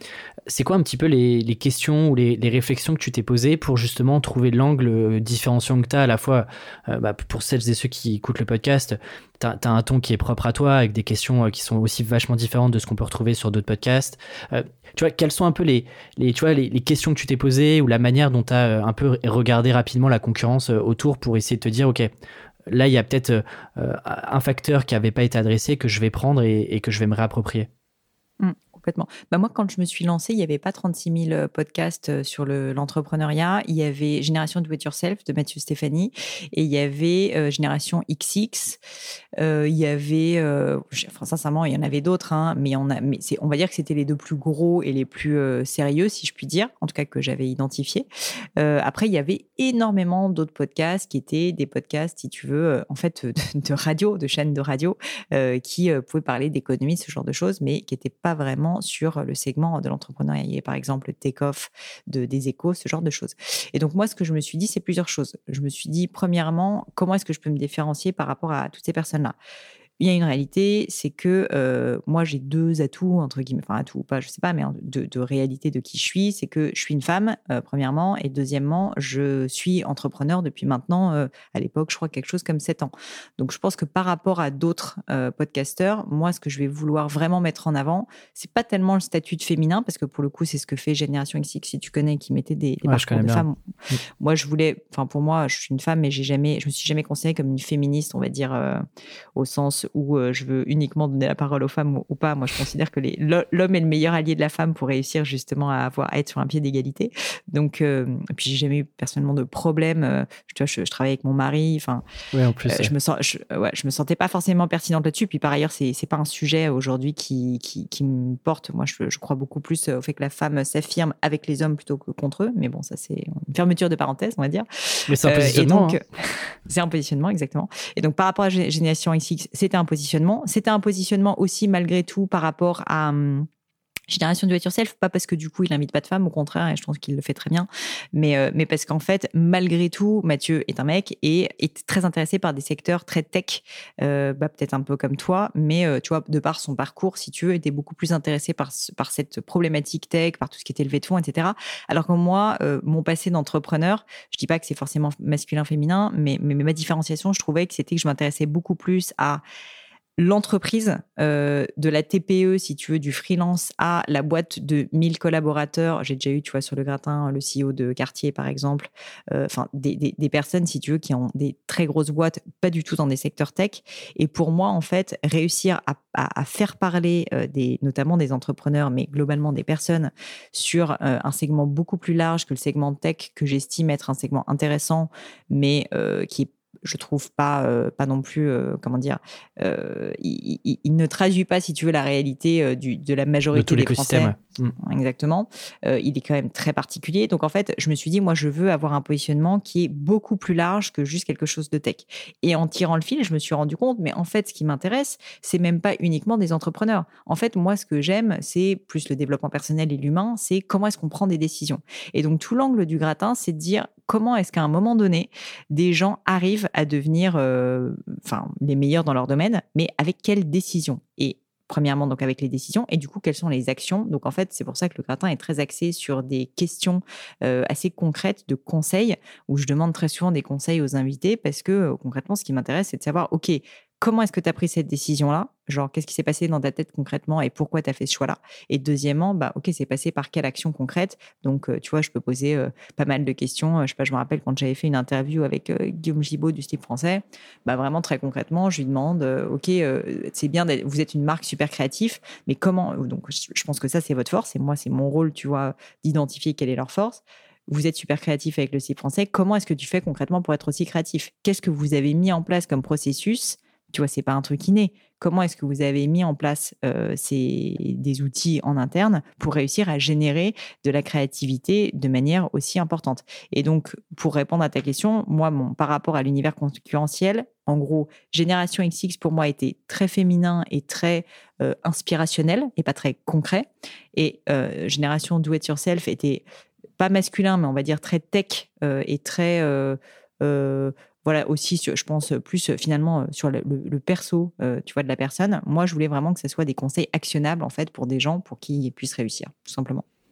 c'est quoi un petit peu les, les questions ou les, les réflexions que tu t'es posées pour justement trouver l'angle différenciant que tu as à la fois euh, bah, pour celles et ceux qui écoutent le podcast, tu as un ton qui est propre à toi avec des questions qui sont aussi vachement différentes de ce qu'on peut retrouver sur d'autres podcasts. Euh, tu vois, quelles sont un peu les, les, tu vois, les, les questions que tu t'es posées ou la manière dont tu as un peu regardé rapidement la concurrence autour pour essayer de te dire, OK, là, il y a peut-être euh, un facteur qui n'avait pas été adressé que je vais prendre et, et que je vais me réapproprier. Mmh. Complètement. Bah moi, quand je me suis lancée, il n'y avait pas trente-six mille podcasts sur le, l'entrepreneuriat. Il y avait Génération Do It Yourself de Mathieu Stéphanie et il y avait euh, Génération X X. Euh, il y avait, euh, enfin, sincèrement, il y en avait d'autres, hein, mais, on, a, mais c'est, on va dire que c'était les deux plus gros et les plus euh, sérieux, si je puis dire, en tout cas que j'avais identifié. Euh, après, il y avait énormément d'autres podcasts qui étaient des podcasts, si tu veux, euh, en fait, de, de radio, de chaînes de radio, euh, qui euh, pouvaient parler d'économie, ce genre de choses, mais qui n'étaient pas vraiment sur le segment de l'entrepreneuriat. Il y a par exemple le Take-Off de, des Échos, ce genre de choses. Et donc moi, ce que je me suis dit, c'est plusieurs choses. Je me suis dit, premièrement, comment est-ce que je peux me différencier par rapport à toutes ces personnes-là ? Il y a une réalité, c'est que euh, moi, j'ai deux atouts, entre guillemets, enfin atouts ou pas, je sais pas, mais de, de réalité de qui je suis. C'est que je suis une femme, euh, premièrement, et deuxièmement, je suis entrepreneur depuis maintenant, euh, à l'époque, je crois quelque chose comme sept ans. Donc, je pense que par rapport à d'autres euh, podcasteurs, moi, ce que je vais vouloir vraiment mettre en avant, c'est pas tellement le statut de féminin, parce que pour le coup, c'est ce que fait Génération X X, si tu connais, qui mettait des, des ouais, parcours de bien. femmes. Mmh. Moi, je voulais, enfin, pour moi, je suis une femme, mais j'ai jamais, je me suis jamais considérée comme une féministe, on va dire, euh, au sens où euh, je veux uniquement donner la parole aux femmes ou, ou pas. Moi, je considère que les, l'homme est le meilleur allié de la femme pour réussir justement à, avoir, à être sur un pied d'égalité. Donc, euh, et puis, j'ai jamais eu personnellement de problème. Euh, je, je, je travaille avec mon mari. Enfin, ouais, en plus, euh, ouais. je me sens, je, ouais, je me sentais pas forcément pertinente là-dessus. Puis par ailleurs, c'est c'est pas un sujet aujourd'hui qui qui, qui me porte. Moi, je, je crois beaucoup plus au fait que la femme s'affirme avec les hommes plutôt que contre eux. Mais bon, ça c'est une fermeture de parenthèse, on va dire. Mais c'est un positionnement. Euh, et donc, hein. C'est un positionnement, exactement. Et donc, par rapport à Génération X X, c'était un positionnement. C'était un positionnement aussi, malgré tout, par rapport à hum, Génération Do It Yourself, pas parce que du coup, il n'invite pas de femmes, au contraire, et je pense qu'il le fait très bien, mais, euh, mais parce qu'en fait, malgré tout, Mathieu est un mec et est très intéressé par des secteurs très tech, euh, bah, peut-être un peu comme toi, mais euh, tu vois, de par son parcours, si tu veux, était beaucoup plus intéressé par, par cette problématique tech, par tout ce qui était levée de fonds, et cetera. Alors que moi, euh, mon passé d'entrepreneur, je dis pas que c'est forcément masculin, féminin, mais, mais, mais ma différenciation, je trouvais que c'était que je m'intéressais beaucoup plus à l'entreprise, euh, de la T P E, si tu veux, du freelance à la boîte de mille collaborateurs. J'ai déjà eu, tu vois, sur le gratin, le C E O de Cartier, par exemple. Enfin, euh, des, des, des personnes, si tu veux, qui ont des très grosses boîtes, pas du tout dans des secteurs tech. Et pour moi, en fait, réussir à, à, à faire parler euh, des, notamment des entrepreneurs, mais globalement des personnes sur euh, un segment beaucoup plus large que le segment tech, que j'estime être un segment intéressant, mais euh, qui est je trouve pas euh, pas non plus euh, comment dire euh, il, il, il ne traduit pas, si tu veux, la réalité euh, du, de la majorité de des Français. Mmh. Exactement. Euh, il est quand même très particulier. Donc en fait, je me suis dit, moi, je veux avoir un positionnement qui est beaucoup plus large que juste quelque chose de tech. Et en tirant le fil, je me suis rendu compte, mais en fait, ce qui m'intéresse, c'est même pas uniquement des entrepreneurs. En fait, moi, ce que j'aime, c'est plus le développement personnel et l'humain, c'est comment est-ce qu'on prend des décisions. Et donc tout l'angle du gratin, c'est de dire comment est-ce qu'à un moment donné, des gens arrivent à devenir euh, enfin, les meilleurs dans leur domaine, mais avec quelles décisions ? Et premièrement, donc avec les décisions, et du coup, quelles sont les actions ? Donc en fait, c'est pour ça que le gratin est très axé sur des questions euh, assez concrètes de conseils, où je demande très souvent des conseils aux invités, parce que euh, concrètement, ce qui m'intéresse, c'est de savoir, OK, comment est-ce que tu as pris cette décision-là ? Genre, qu'est-ce qui s'est passé dans ta tête concrètement et pourquoi tu as fait ce choix-là ? Et deuxièmement, bah, OK, c'est passé par quelle action concrète ? Donc, euh, tu vois, je peux poser euh, pas mal de questions. Euh, je sais pas, je me rappelle quand j'avais fait une interview avec euh, Guillaume Gibaud du Slip Français, bah, vraiment très concrètement, je lui demande, euh, OK, euh, c'est bien, vous êtes une marque super créative, mais comment ? Donc, je pense que ça, c'est votre force. Et moi, c'est mon rôle, tu vois, d'identifier quelle est leur force. Vous êtes super créatif avec le Slip Français. Comment est-ce que tu fais concrètement pour être aussi créatif ? Qu'est-ce que vous avez mis en place comme processus ? Tu vois, c'est pas un truc inné. Comment est-ce que vous avez mis en place euh, ces, des outils en interne pour réussir à générer de la créativité de manière aussi importante ? Et donc, pour répondre à ta question, moi, mon, par rapport à l'univers concurrentiel, en gros, Génération X X, pour moi, était très féminin et très euh, inspirationnel et pas très concret. Et euh, Génération Do It Yourself était pas masculin, mais on va dire très tech euh, et très... Euh, euh, Voilà, aussi, je pense, plus finalement sur le, le, le perso, euh, tu vois, de la personne. Moi, je voulais vraiment que ce soit des conseils actionnables, en fait, pour des gens pour qu'ils puissent réussir, tout simplement.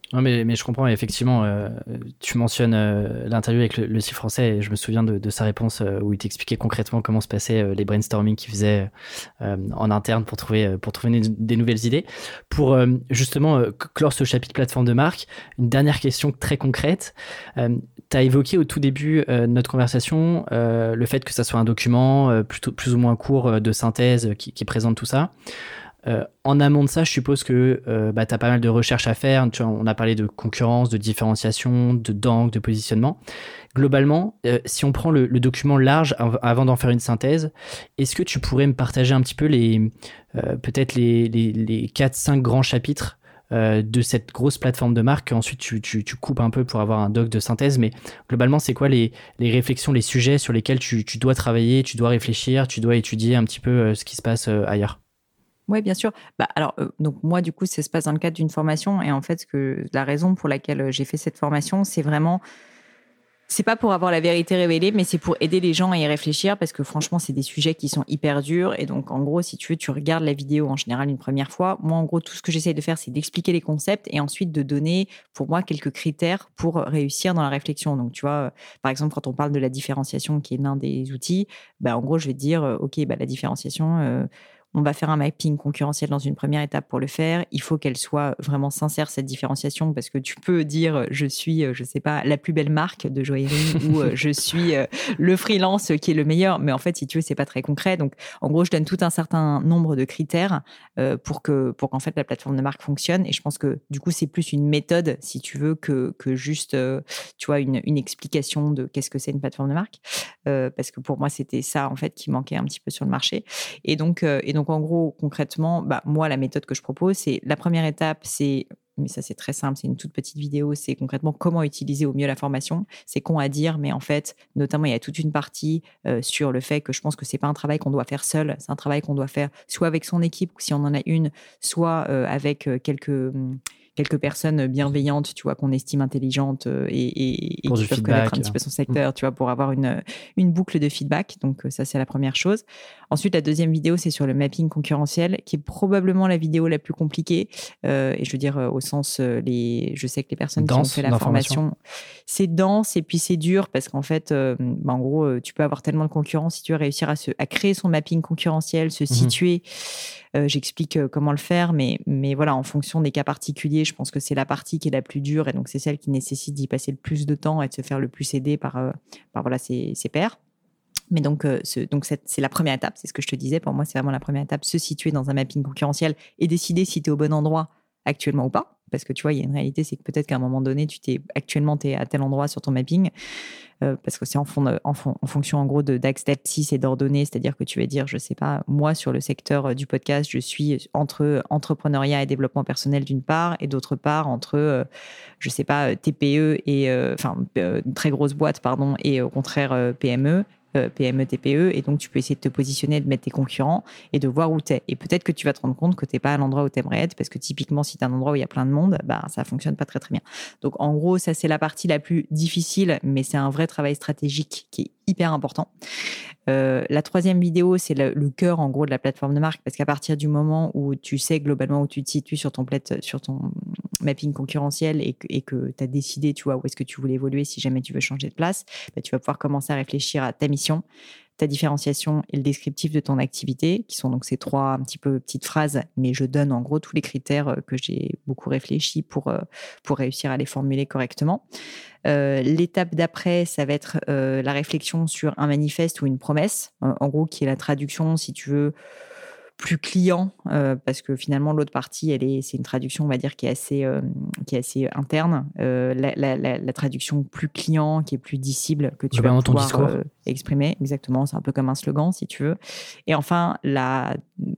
Non, mais, mais je comprends, effectivement, euh, tu mentionnes euh, l'interview avec le, le C I F français et je me souviens de, de sa réponse euh, où il t'expliquait concrètement comment se passaient euh, les brainstorming qu'il faisait euh, en interne pour trouver, pour trouver des, des nouvelles idées. Pour euh, justement euh, clore ce chapitre plateforme de marque, une dernière question très concrète. Euh, tu as évoqué au tout début euh, de notre conversation euh, le fait que ça soit un document euh, plutôt, plus ou moins court euh, de synthèse qui, qui présente tout ça. Euh, en amont de ça, je suppose que euh, bah, tu as pas mal de recherches à faire. Tu vois, on a parlé de concurrence, de différenciation, de d'angle, de positionnement. Globalement, euh, si on prend le, le document large av- avant d'en faire une synthèse, est-ce que tu pourrais me partager un petit peu les, euh, peut-être les, les, les quatre cinq grands chapitres euh, de cette grosse plateforme de marque qu'ensuite tu, tu, tu coupes un peu pour avoir un doc de synthèse, mais globalement, c'est quoi les, les réflexions, les sujets sur lesquels tu, tu dois travailler, tu dois réfléchir, tu dois étudier un petit peu euh, ce qui se passe euh, ailleurs? Oui, bien sûr. Bah, alors, euh, donc moi, du coup, ça se passe dans le cadre d'une formation. Et en fait, ce que, la raison pour laquelle euh, j'ai fait cette formation, c'est vraiment, c'est pas pour avoir la vérité révélée, mais c'est pour aider les gens à y réfléchir parce que franchement, c'est des sujets qui sont hyper durs. Et donc, en gros, si tu veux, tu regardes la vidéo en général une première fois. Moi, en gros, tout ce que j'essaie de faire, c'est d'expliquer les concepts et ensuite de donner, pour moi, quelques critères pour réussir dans la réflexion. Donc, tu vois, euh, par exemple, quand on parle de la différenciation, qui est l'un des outils, bah, en gros, je vais te dire, euh, OK, bah, la différenciation, euh, on va faire un mapping concurrentiel dans une première étape pour le faire. Il faut qu'elle soit vraiment sincère, cette différenciation, parce que tu peux dire je suis, je sais pas, la plus belle marque de joaillerie ou je suis le freelance qui est le meilleur. Mais en fait, si tu veux, c'est pas très concret. Donc, en gros, je donne tout un certain nombre de critères euh, pour que, pour qu'en fait la plateforme de marque fonctionne. Et je pense que du coup, c'est plus une méthode, si tu veux, que, que juste, euh, tu vois, une, une explication de qu'est-ce que c'est une plateforme de marque. Euh, parce que pour moi, c'était ça en fait qui manquait un petit peu sur le marché. Et donc, euh, et donc en gros, concrètement, bah, moi, la méthode que je propose, c'est la première étape, c'est, mais ça c'est très simple, c'est une toute petite vidéo, c'est concrètement comment utiliser au mieux la formation. C'est con à dire, mais en fait, notamment, il y a toute une partie euh, sur le fait que je pense que c'est pas un travail qu'on doit faire seul, c'est un travail qu'on doit faire soit avec son équipe, si on en a une, soit euh, avec euh, quelques... Hum, quelques personnes bienveillantes, tu vois, qu'on estime intelligentes et, et, et Pour qui du peuvent feedback. connaître un petit peu son secteur, tu vois, pour avoir une, une boucle de feedback. Donc, ça, c'est la première chose. Ensuite, la deuxième vidéo, c'est sur le mapping concurrentiel, qui est probablement la vidéo la plus compliquée. Euh, et je veux dire, euh, au sens, euh, les, je sais que les personnes Dense qui ont fait la formation, c'est dense et puis c'est dur parce qu'en fait, euh, bah, en gros, euh, tu peux avoir tellement de concurrence si tu veux réussir à, se, à créer son mapping concurrentiel, se situer. Mmh. Euh, j'explique euh, comment le faire, mais, mais voilà, en fonction des cas particuliers, je pense que c'est la partie qui est la plus dure et donc c'est celle qui nécessite d'y passer le plus de temps et de se faire le plus aider par, euh, par voilà, ses, ses pairs. Mais donc, euh, ce, donc c'est, c'est la première étape, c'est ce que je te disais. Pour moi, c'est vraiment la première étape, se situer dans un mapping concurrentiel et décider si tu es au bon endroit actuellement ou pas. Parce que tu vois, il y a une réalité, c'est que peut-être qu'à un moment donné, tu t'es actuellement t'es à tel endroit sur ton mapping, euh, parce que c'est en, fond de, en, fond, en fonction en gros de d'abscisses et d'ordonnées, c'est-à-dire que tu vas dire, je sais pas, moi sur le secteur du podcast, je suis entre entrepreneuriat et développement personnel d'une part, et d'autre part entre, euh, je sais pas, T P E et euh, enfin euh, très grosse boîte, pardon, et au contraire euh, P M E. P M E, T P E, et donc tu peux essayer de te positionner, de mettre tes concurrents et de voir où tu es. Et peut-être que tu vas te rendre compte que tu n'es pas à l'endroit où tu aimerais être, parce que typiquement, si tu es à un endroit où il y a plein de monde, bah, ça ne fonctionne pas très très bien. Donc en gros, ça c'est la partie la plus difficile, mais c'est un vrai travail stratégique qui est hyper important. Euh, la troisième vidéo, c'est le, le cœur en gros de la plateforme de marque, parce qu'à partir du moment où tu sais globalement où tu te situes sur ton, plate, sur ton mapping concurrentiel et que, et que tu as décidé, tu vois, où est-ce que tu voulais évoluer si jamais tu veux changer de place, bah, tu vas pouvoir commencer à réfléchir à ta mission, ta différenciation et le descriptif de ton activité, qui sont donc ces trois un petit peu petites phrases, mais je donne en gros tous les critères que j'ai beaucoup réfléchi pour, pour réussir à les formuler correctement. Euh, l'étape d'après, ça va être euh, la réflexion sur un manifeste ou une promesse, euh, en gros, qui est la traduction, si tu veux, plus client, euh, parce que finalement, l'autre partie, elle est, c'est une traduction, on va dire, qui est assez, euh, qui est assez interne. Euh, la, la, la, la traduction plus client, qui est plus dissible, que tu vas pouvoir ton discours. Euh, exprimer. Exactement, c'est un peu comme un slogan, si tu veux. Et enfin, la,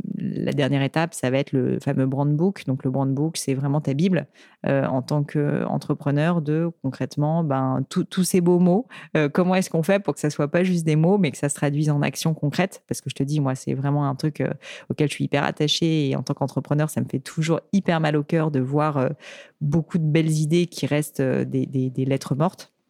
la dernière étape, ça va être le fameux brand book. Donc, le brand book, c'est vraiment ta Bible euh, en tant qu'entrepreneur de, concrètement, ben, tous ces beaux mots. Euh, comment est-ce qu'on fait pour que ça ne soit pas juste des mots, mais que ça se traduise en actions concrètes? Parce que je te dis, moi, c'est vraiment un truc euh, auquel je suis hyper attachée. Et en tant qu'entrepreneur, ça me fait toujours hyper mal au cœur de voir euh, beaucoup de belles idées qui restent euh, des, des, des lettres mortes.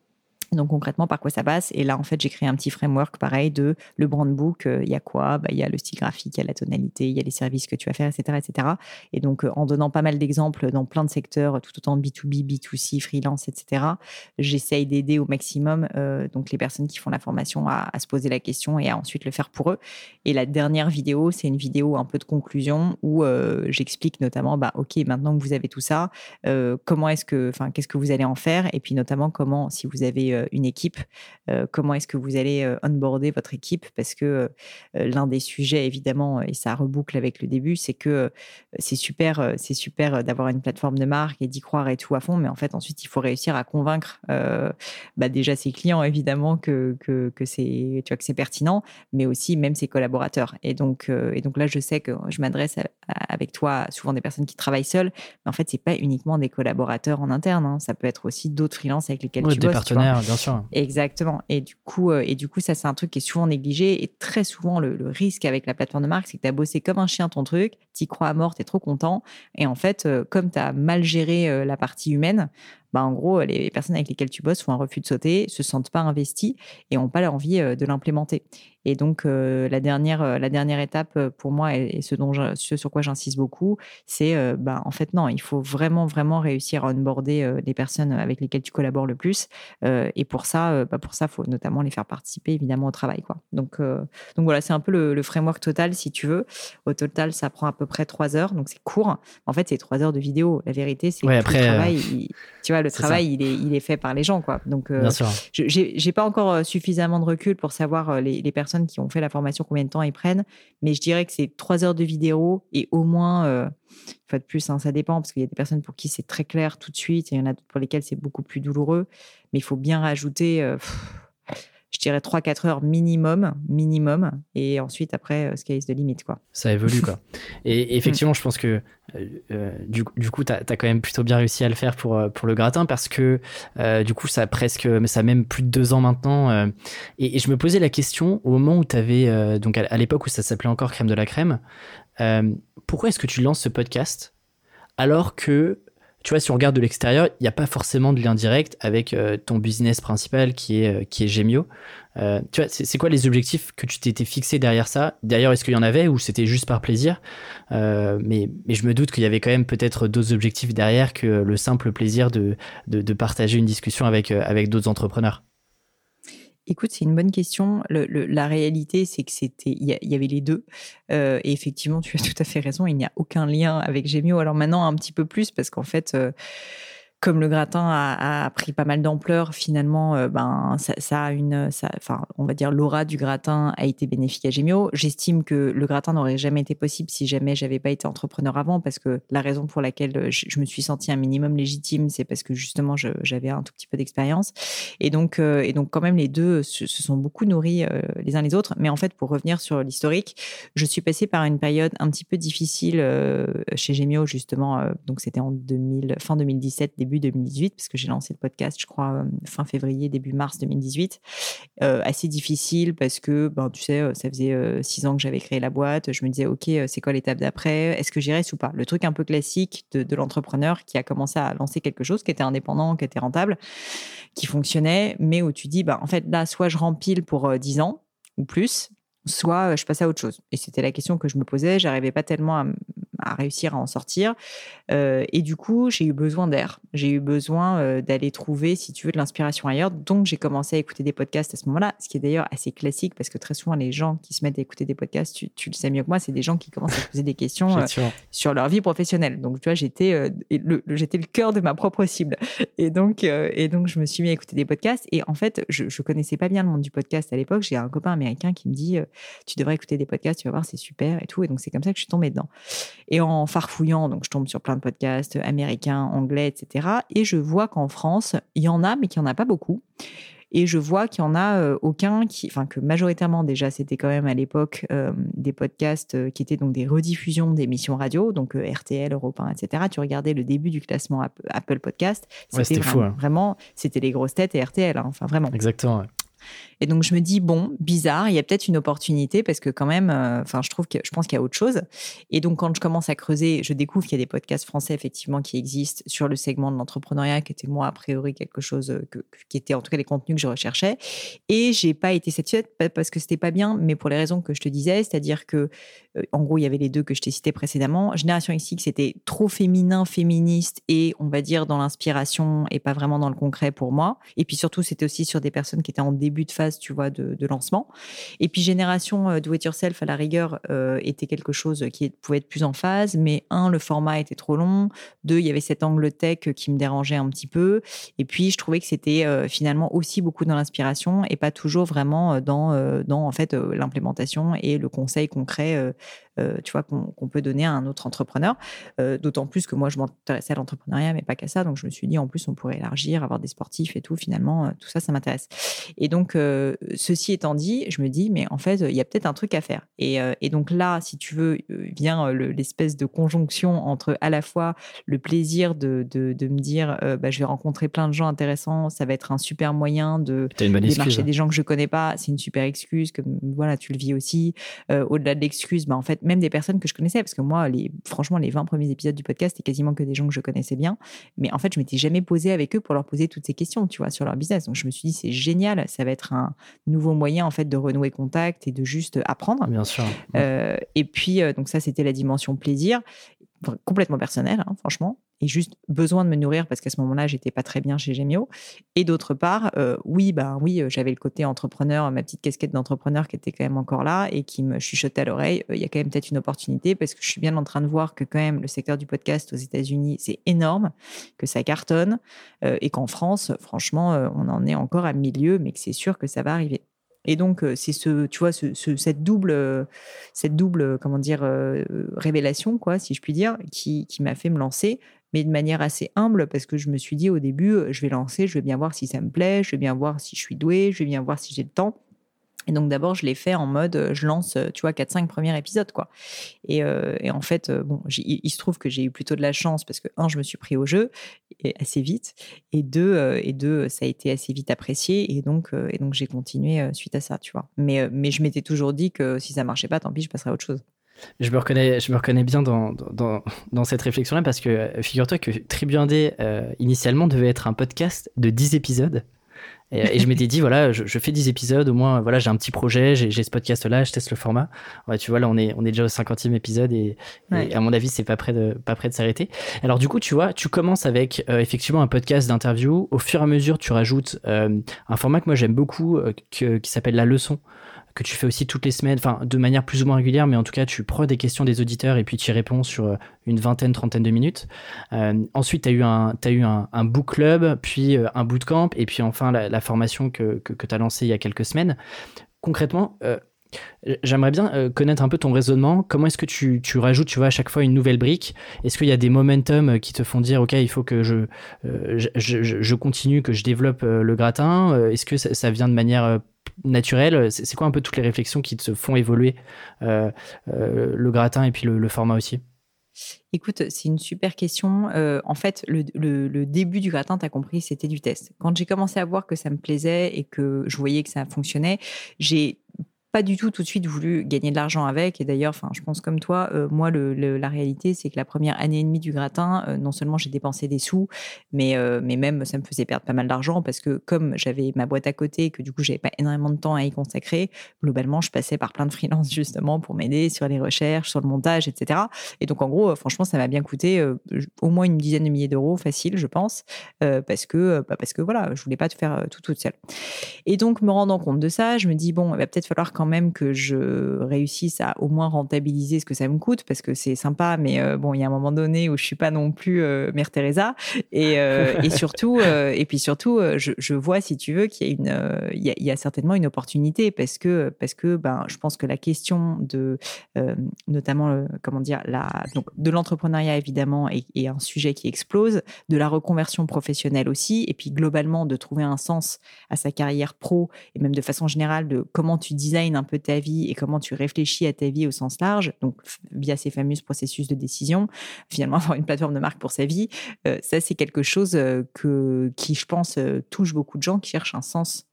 Donc concrètement, par quoi ça passe? Et là, en fait, j'ai créé un petit framework pareil de le brand book. Il euh, y a quoi? Bah, il y a le style graphique, il y a la tonalité, il y a les services que tu vas faire, et cetera, et cetera. Et donc, euh, en donnant pas mal d'exemples dans plein de secteurs, tout autant B deux B, B deux C, freelance, et cetera, j'essaye d'aider au maximum euh, donc les personnes qui font la formation à, à se poser la question et à ensuite le faire pour eux. Et la dernière vidéo, c'est une vidéo un peu de conclusion où euh, j'explique notamment, bah, OK, maintenant que vous avez tout ça, euh, comment est-ce que, enfin, qu'est-ce que vous allez en faire? Et puis notamment, comment, si vous avez euh, une équipe, euh, comment est-ce que vous allez euh, onboarder votre équipe, parce que euh, l'un des sujets, évidemment, et ça reboucle avec le début, c'est que euh, c'est super, euh, c'est super d'avoir une plateforme de marque et d'y croire et tout à fond, mais en fait, ensuite, il faut réussir à convaincre euh, bah, déjà ses clients, évidemment, que, que, que, c'est, tu vois, que c'est pertinent, mais aussi même ses collaborateurs. Et donc, euh, et donc là, je sais que je m'adresse à, à, avec toi à souvent des personnes qui travaillent seules, mais en fait, c'est pas uniquement des collaborateurs en interne, hein, ça peut être aussi d'autres freelances avec lesquels ouais, tu des bosses. Des partenaires, tu bien sûr. Exactement. Et du coup, euh, et du coup, ça, c'est un truc qui est souvent négligé. Et très souvent, le, le risque avec la plateforme de marque, c'est que tu as bossé comme un chien ton truc, tu y crois à mort, tu es trop content. Et en fait, euh, comme tu as mal géré euh, la partie humaine, bah, en gros, les personnes avec lesquelles tu bosses font un refus de sauter, se sentent pas investies et n'ont pas l'envie euh, de l'implémenter. Et donc, euh, la, dernière, euh, la dernière étape pour moi, et, et ce, dont je, ce sur quoi j'insiste beaucoup, c'est, euh, bah, en fait, non, il faut vraiment, vraiment réussir à onboarder euh, les personnes avec lesquelles tu collabores le plus. Euh, et pour ça, euh, bah, pour ça, il faut notamment les faire participer, évidemment, au travail, quoi. Donc, euh, donc voilà, c'est un peu le, le framework total, si tu veux. Au total, ça prend à peu près trois heures, donc c'est court. En fait, c'est trois heures de vidéo. La vérité, c'est ouais, que après, le travail, euh... il, tu vois, le travail, il est, il est fait par les gens, quoi. Donc, euh, bien sûr. Je, j'ai, j'ai pas encore suffisamment de recul pour savoir les, les personnes qui ont fait la formation, combien de temps ils prennent. Mais je dirais que c'est trois heures de vidéo et au moins, euh, une fois de plus, hein, ça dépend parce qu'il y a des personnes pour qui c'est très clair tout de suite et il y en a d'autres pour lesquelles c'est beaucoup plus douloureux. Mais il faut bien rajouter, euh, pff, je dirais trois à quatre heures minimum, minimum. Et ensuite, après, sky's the limit, quoi. Ça évolue, quoi. Et, et effectivement, je pense que euh, du, du coup, tu as quand même plutôt bien réussi à le faire pour, pour le gratin parce que euh, du coup, ça a presque, ça a même plus de deux ans maintenant. Euh, et, et je me posais la question au moment où tu avais, euh, donc à, à l'époque où ça s'appelait encore Crème de la Crème, euh, pourquoi est-ce que tu lances ce podcast alors que, tu vois, si on regarde de l'extérieur, il n'y a pas forcément de lien direct avec euh, ton business principal qui est, euh, qui est Gemio. Euh, tu vois, c'est, c'est quoi les objectifs que tu t'étais fixé derrière ça? D'ailleurs, est-ce qu'il y en avait ou c'était juste par plaisir? euh, mais, mais je me doute qu'il y avait quand même peut-être d'autres objectifs derrière que le simple plaisir de, de, de partager une discussion avec, euh, avec d'autres entrepreneurs. Écoute, c'est une bonne question. Le, le, la réalité, c'est que c'était, il y, y avait les deux. Euh, et effectivement, tu as tout à fait raison. Il n'y a aucun lien avec Gemio. Alors maintenant, un petit peu plus parce qu'en fait, euh, comme le gratin a, a pris pas mal d'ampleur, finalement, euh, ben ça, ça a une, ça, enfin, on va dire l'aura du gratin a été bénéfique à Gemio. J'estime que le gratin n'aurait jamais été possible si jamais j'avais pas été entrepreneur avant, parce que la raison pour laquelle je, je me suis sentie un minimum légitime, c'est parce que justement je, j'avais un tout petit peu d'expérience. Et donc, euh, et donc quand même les deux se, se sont beaucoup nourris euh, les uns les autres. Mais en fait, pour revenir sur l'historique, je suis passée par une période un petit peu difficile euh, chez Gemio justement. Euh, donc c'était en deux mille, fin deux mille dix-sept, début deux mille dix-huit, parce que j'ai lancé le podcast, je crois, fin février, début mars deux mille dix-huit. Euh, assez difficile parce que, ben, tu sais, ça faisait euh, six ans que j'avais créé la boîte. Je me disais, OK, c'est quoi l'étape d'après? Est-ce que j'y reste ou pas? Le truc un peu classique de, de l'entrepreneur qui a commencé à lancer quelque chose qui était indépendant, qui était rentable, qui fonctionnait, mais où tu dis, ben, en fait, là, soit je rempile pour euh, dix ans ou plus, soit je passe à autre chose. Et c'était la question que je me posais. J'arrivais pas tellement à, à réussir à en sortir. Euh, et du coup, j'ai eu besoin d'air. J'ai eu besoin euh, d'aller trouver, si tu veux, de l'inspiration ailleurs. Donc, j'ai commencé à écouter des podcasts à ce moment-là, ce qui est d'ailleurs assez classique parce que très souvent, les gens qui se mettent à écouter des podcasts, tu, tu le sais mieux que moi, c'est des gens qui commencent à se poser des questions euh, sur leur vie professionnelle. Donc, tu vois, j'étais, euh, le, le, j'étais le cœur de ma propre cible. Et donc, euh, et donc, je me suis mis à écouter des podcasts. Et en fait, je ne connaissais pas bien le monde du podcast à l'époque. J'ai un copain américain qui me dit euh, tu devrais écouter des podcasts, tu vas voir, c'est super et tout. Et donc, c'est comme ça que je suis tombée dedans. Et en farfouillant, donc je tombe sur plein de podcasts américains, anglais, et cetera. Et je vois qu'en France, il y en a, mais qu'il n'y en a pas beaucoup. Et je vois qu'il n'y en a euh, aucun, qui, enfin que majoritairement déjà, c'était quand même à l'époque euh, des podcasts euh, qui étaient donc des rediffusions d'émissions radio, donc euh, R T L, Europe un, et cetera. Tu regardais le début du classement Apple Podcast, c'était, ouais, c'était vraiment, fou, hein. vraiment, c'était les grosses têtes et R T L, hein, enfin vraiment. Exactement, ouais. Et donc, je me dis, bon, bizarre, il y a peut-être une opportunité parce que quand même, enfin, euh, je trouve que je pense qu'il y a autre chose. Et donc, quand je commence à creuser, je découvre qu'il y a des podcasts français, effectivement, qui existent sur le segment de l'entrepreneuriat, qui était, moi, a priori, quelque chose que, qui était, en tout cas, les contenus que je recherchais. Et j'ai pas été satisfaite, pas parce que c'était pas bien, mais pour les raisons que je te disais, c'est-à-dire que, euh, en gros, il y avait les deux que je t'ai cités précédemment. Génération X X, c'était trop féminin, féministe et, on va dire, dans l'inspiration et pas vraiment dans le concret pour moi. Et puis, surtout, c'était aussi sur des personnes qui étaient en début de phase, tu vois, de, de lancement. Et puis, Génération euh, Do It Yourself, à la rigueur, euh, était quelque chose qui pouvait être plus en phase. Mais un, le format était trop long. Deux, il y avait cet angle tech qui me dérangeait un petit peu. Et puis, je trouvais que c'était euh, finalement aussi beaucoup dans l'inspiration et pas toujours vraiment dans, euh, dans en fait, euh, l'implémentation et le conseil concret euh, euh, tu vois, qu'on, qu'on peut donner à un autre entrepreneur. Euh, d'autant plus que moi, je m'intéressais à l'entrepreneuriat, mais pas qu'à ça. Donc, je me suis dit, en plus, on pourrait élargir, avoir des sportifs et tout. Finalement, euh, tout ça, ça m'intéresse. Et donc, euh, ceci étant dit, je me dis, mais en fait, il y a peut-être un truc à faire. Et, euh, et donc là, si tu veux, vient le, l'espèce de conjonction entre à la fois le plaisir de, de, de me dire, euh, bah, je vais rencontrer plein de gens intéressants, ça va être un super moyen de démarcher des gens que je connais pas. C'est une super excuse, que voilà, tu le vis aussi. Euh, au-delà de l'excuse, bah, en fait, même des personnes que je connaissais, parce que moi, les, franchement, les vingt premiers épisodes du podcast, c'était quasiment que des gens que je connaissais bien. Mais en fait, je m'étais jamais posée avec eux pour leur poser toutes ces questions, tu vois, sur leur business. Donc, je me suis dit, c'est génial, ça va être un nouveau moyen, en fait, de renouer contact et de juste apprendre. Bien sûr. Euh, et puis, euh, donc ça, c'était la dimension plaisir, complètement personnelle, hein, franchement. Et juste besoin de me nourrir parce qu'à ce moment-là, j'étais pas très bien chez Gemio. Et d'autre part, euh, oui, bah oui, j'avais le côté entrepreneur, ma petite casquette d'entrepreneur qui était quand même encore là et qui me chuchotait à l'oreille. Il euh, y a quand même peut-être une opportunité parce que je suis bien en train de voir que quand même le secteur du podcast aux États-Unis, c'est énorme, que ça cartonne euh, et qu'en France, franchement, euh, on en est encore à milieu, mais que c'est sûr que ça va arriver. Et donc, c'est ce, tu vois, ce, ce, cette double, cette double, comment dire, euh, révélation, quoi, si je puis dire, qui, qui m'a fait me lancer, mais de manière assez humble, parce que je me suis dit au début, je vais lancer, je vais bien voir si ça me plaît, je vais bien voir si je suis douée, je vais bien voir si j'ai le temps. Et donc, d'abord, je l'ai fait en mode, je lance, tu vois, quatre cinq premiers épisodes, quoi. Et, euh, et en fait, bon, il, il se trouve que j'ai eu plutôt de la chance parce que, un, je me suis pris au jeu et assez vite. Et deux, euh, et deux, ça a été assez vite apprécié. Et donc, euh, et donc j'ai continué euh, suite à ça, tu vois. Mais, euh, mais je m'étais toujours dit que si ça marchait pas, tant pis, je passerais à autre chose. Je me reconnais, je me reconnais bien dans, dans, dans cette réflexion-là parce que figure-toi que Tribu Indé, euh, initialement, devait être un podcast de dix épisodes. Et, et je m'étais dit, voilà, je, je fais dix épisodes, au moins, voilà, j'ai un petit projet, j'ai, j'ai ce podcast-là, je teste le format. Ouais, tu vois, là, on est, on est déjà au cinquantième épisode et, ouais. et à mon avis, c'est pas près de, pas près de s'arrêter. Alors, du coup, tu vois, tu commences avec euh, effectivement un podcast d'interview. Au fur et à mesure, tu rajoutes euh, un format que moi, j'aime beaucoup, euh, que, qui s'appelle La Leçon, que tu fais aussi toutes les semaines, enfin de manière plus ou moins régulière, mais en tout cas tu prends des questions des auditeurs et puis tu y réponds sur une vingtaine, trentaine de minutes. Euh, ensuite, tu as eu, un, t'as eu un, un book club, puis euh, un bootcamp, et puis enfin la, la formation que, que, que tu as lancée il y a quelques semaines. Concrètement, euh, j'aimerais bien euh, connaître un peu ton raisonnement. Comment est-ce que tu, tu rajoutes, tu vois, à chaque fois une nouvelle brique? Est-ce qu'il y a des momentum qui te font dire, OK, il faut que je, euh, je, je, je continue, que je développe euh, le gratin? Est-ce que ça, ça vient de manière euh, naturelle? C'est, c'est quoi un peu toutes les réflexions qui te font évoluer euh, euh, le gratin et puis le, le format aussi? Écoute, c'est une super question. Euh, en fait, le, le, le début du gratin, tu as compris, c'était du test. Quand j'ai commencé à voir que ça me plaisait et que je voyais que ça fonctionnait, j'ai pas du tout tout de suite voulu gagner de l'argent avec. Et d'ailleurs, enfin, je pense comme toi, euh, moi, le, le, la réalité, c'est que la première année et demie du gratin, euh, non seulement j'ai dépensé des sous, mais, euh, mais même ça me faisait perdre pas mal d'argent parce que comme j'avais ma boîte à côté, que du coup, j'avais pas énormément de temps à y consacrer, globalement, je passais par plein de freelance justement pour m'aider sur les recherches, sur le montage, et cetera. Et donc, en gros, euh, franchement, ça m'a bien coûté euh, au moins une dizaine de milliers d'euros, facile, je pense, euh, parce que, bah, parce que voilà, je voulais pas tout faire euh, tout toute seule. Et donc, me rendant compte de ça, je me dis, bon, il va peut-être falloir quand même que je réussisse à au moins rentabiliser ce que ça me coûte, parce que c'est sympa, mais euh, bon, il y a un moment donné où je suis pas non plus euh, Mère Teresa, et, euh, et surtout, euh, et puis surtout, euh, je, je vois, si tu veux, qu'il y a une, euh, il y a, il y a certainement une opportunité, parce que, parce que, ben, je pense que la question de, euh, notamment, euh, comment dire, la, donc de l'entrepreneuriat évidemment est, est un sujet qui explose, de la reconversion professionnelle aussi, et puis globalement de trouver un sens à sa carrière pro, et même de façon générale de comment tu designs un peu ta vie et comment tu réfléchis à ta vie au sens large, donc via ces fameux processus de décision, finalement avoir une plateforme de marque pour sa vie, euh, ça c'est quelque chose euh, que, qui je pense euh, touche beaucoup de gens qui cherchent un sens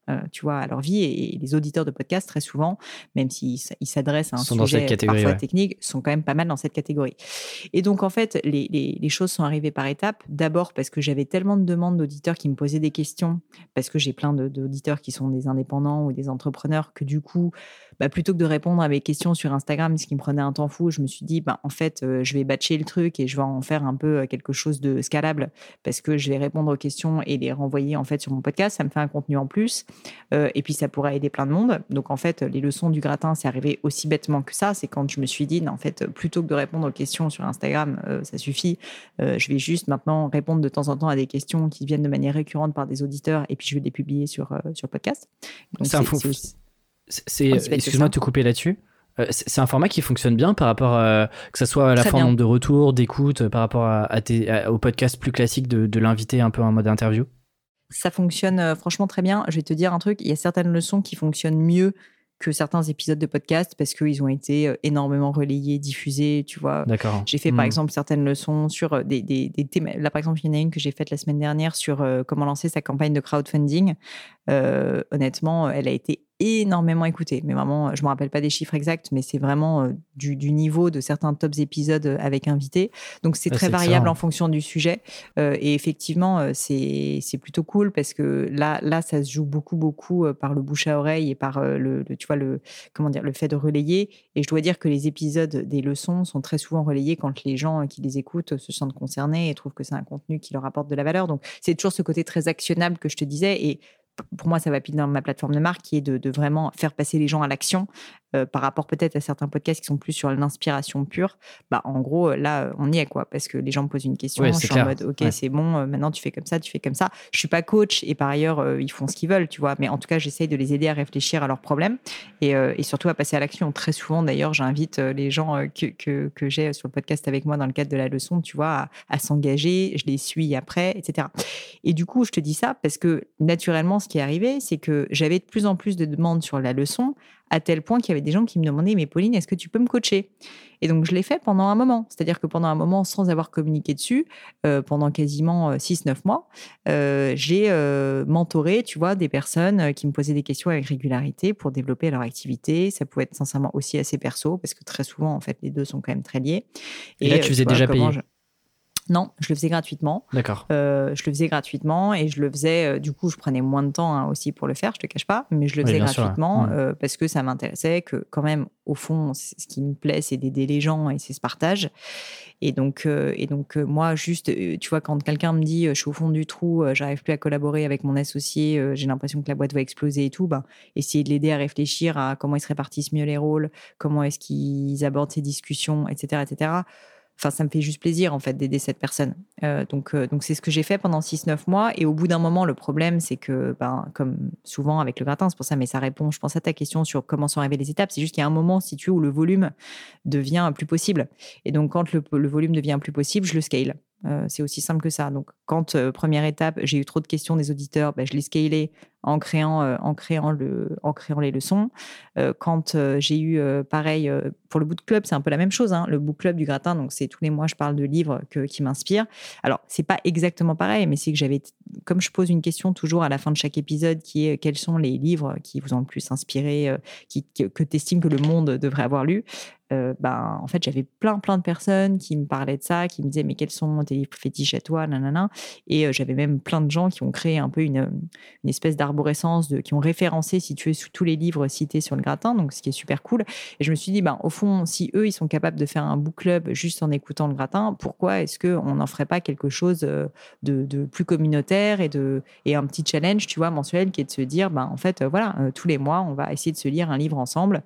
euh, tu vois, à leur vie. Et, et les auditeurs de podcasts, très souvent, même s'ils ils s'adressent à un Sont dans sujet cette catégorie, parfois ouais. technique, sont quand même pas mal dans cette catégorie. Et donc, en fait, les, les, les choses sont arrivées par étapes. D'abord, parce que j'avais tellement de demandes d'auditeurs qui me posaient des questions, parce que j'ai plein de, d'auditeurs qui sont des indépendants ou des entrepreneurs, que du coup, bah, plutôt que de répondre à mes questions sur Instagram, ce qui me prenait un temps fou, je me suis dit, bah, en fait, euh, je vais batcher le truc et je vais en faire un peu quelque chose de scalable, parce que je vais répondre aux questions et les renvoyer en fait sur mon podcast. Ça me fait un contenu en plus. Euh, et puis, ça pourrait aider plein de monde. Donc, en fait, les leçons du gratin, c'est arrivé aussi bêtement que ça. C'est quand je me suis dit, non, en fait, plutôt que de répondre aux questions sur Instagram, euh, ça suffit. Euh, je vais juste maintenant répondre de temps en temps à des questions qui viennent de manière récurrente par des auditeurs et puis je vais les publier sur, euh, sur le podcast. Donc, c'est, c'est, un fou. c'est aussi... C'est, excuse-moi de te couper là-dessus. Euh, c'est, c'est un format qui fonctionne bien par rapport à, que ça soit à la Très fois en bien. nombre de retours, d'écoute, par rapport à, à tes, à, au podcast plus classique de, de l'invité un peu en mode interview. Ça fonctionne euh, franchement très bien. Je vais te dire un truc, il y a certaines leçons qui fonctionnent mieux que certains épisodes de podcast parce qu'ils ont été énormément relayés, diffusés, tu vois. D'accord. J'ai fait, mmh. par exemple, certaines leçons sur des, des, des thèmes. Là, par exemple, il y en a une que j'ai faite la semaine dernière sur euh, comment lancer sa campagne de crowdfunding. Euh, honnêtement, elle a été énormément écoutée. Mais vraiment, je ne me rappelle pas des chiffres exacts, mais c'est vraiment euh, du, du niveau de certains tops épisodes avec invités. Donc, c'est ouais, très c'est variable excellent. en fonction du sujet. Euh, et effectivement, c'est, c'est plutôt cool parce que là, là, ça se joue beaucoup, beaucoup par le bouche à oreille et par le, le tu vois, le, comment dire, le fait de relayer. Et je dois dire que les épisodes des leçons sont très souvent relayés quand les gens qui les écoutent se sentent concernés et trouvent que c'est un contenu qui leur apporte de la valeur. Donc, c'est toujours ce côté très actionnable que je te disais. Et pour moi, ça va pile dans ma plateforme de marque qui est de, de vraiment faire passer les gens à l'action euh, par rapport peut-être à certains podcasts qui sont plus sur l'inspiration pure. Bah, en gros, là, on y est, quoi, parce que les gens me posent une question, ouais, je suis clair. en mode, OK, ouais. c'est bon, euh, maintenant tu fais comme ça, tu fais comme ça. Je suis pas coach et par ailleurs, euh, ils font ce qu'ils veulent, tu vois, mais en tout cas, j'essaye de les aider à réfléchir à leurs problèmes et, euh, et surtout à passer à l'action. Très souvent, d'ailleurs, j'invite les gens euh, que, que, que j'ai sur le podcast avec moi dans le cadre de la leçon, tu vois, à, à s'engager, je les suis après, et cetera. Et du coup, je te dis ça parce que naturellement, ce qui est arrivé, c'est que j'avais de plus en plus de demandes sur la leçon, à tel point qu'il y avait des gens qui me demandaient « Mais Pauline, est-ce que tu peux me coacher ?» Et donc, je l'ai fait pendant un moment. C'est-à-dire que pendant un moment, sans avoir communiqué dessus, euh, pendant quasiment six neuf mois, euh, j'ai euh, mentoré, tu vois, des personnes qui me posaient des questions avec régularité pour développer leur activité. Ça pouvait être sincèrement aussi assez perso, parce que très souvent, en fait, les deux sont quand même très liés. Et, et là, tu faisais déjà payer je... Non, je le faisais gratuitement. D'accord. Euh, je le faisais gratuitement et je le faisais, euh, du coup, je prenais moins de temps hein, aussi pour le faire, je te cache pas, mais je le oui, faisais gratuitement sûr, ouais. euh, parce que ça m'intéressait, que quand même, au fond, ce qui me plaît, c'est d'aider les gens et c'est ce partage. Et donc, euh, et donc euh, moi, juste, euh, tu vois, quand quelqu'un me dit, euh, je suis au fond du trou, euh, j'arrive plus à collaborer avec mon associé, euh, j'ai l'impression que la boîte va exploser et tout, ben, essayer de l'aider à réfléchir à comment ils se répartissent mieux les rôles, comment est-ce qu'ils abordent ces discussions, et cetera, et cetera. Enfin, ça me fait juste plaisir, en fait, d'aider cette personne. Euh, donc, euh, donc, c'est ce que j'ai fait pendant six neuf mois. Et au bout d'un moment, le problème, c'est que, ben, comme souvent avec le gratin, c'est pour ça, mais ça répond, je pense, à ta question sur comment sont arrivées les étapes. C'est juste qu'il y a un moment, si tu veux, où le volume devient plus possible. Et donc, quand le, le volume devient plus possible, je le scale. Euh, c'est aussi simple que ça. Donc, quand, euh, première étape, j'ai eu trop de questions des auditeurs, ben, je l'ai scalé en créant, euh, en, créant le, en créant les leçons. Euh, quand euh, j'ai eu, euh, pareil, euh, pour le book club, c'est un peu la même chose. Hein, le book club du gratin, donc c'est tous les mois, je parle de livres que, qui m'inspirent. Alors, c'est pas exactement pareil, mais c'est que j'avais, comme je pose une question toujours à la fin de chaque épisode, qui est quels sont les livres qui vous ont le plus inspiré, euh, qui, que, que tu estimes que le monde devrait avoir lu. Euh, ben, en fait, j'avais plein, plein de personnes qui me parlaient de ça, qui me disaient, mais quels sont tes livres fétiches à toi, nanana. Et euh, j'avais même plein de gens qui ont créé un peu une, une espèce d'arborescence, de, qui ont référencé, si tu veux, tous les livres cités sur le gratin, donc ce qui est super cool. Et je me suis dit, ben, au fond, si eux, ils sont capables de faire un book club juste en écoutant le gratin, pourquoi est-ce qu'on n'en ferait pas quelque chose de, de plus communautaire et, de, et un petit challenge, tu vois, mensuel, qui est de se dire, ben, en fait, euh, voilà, euh, tous les mois, on va essayer de se lire un livre ensemble,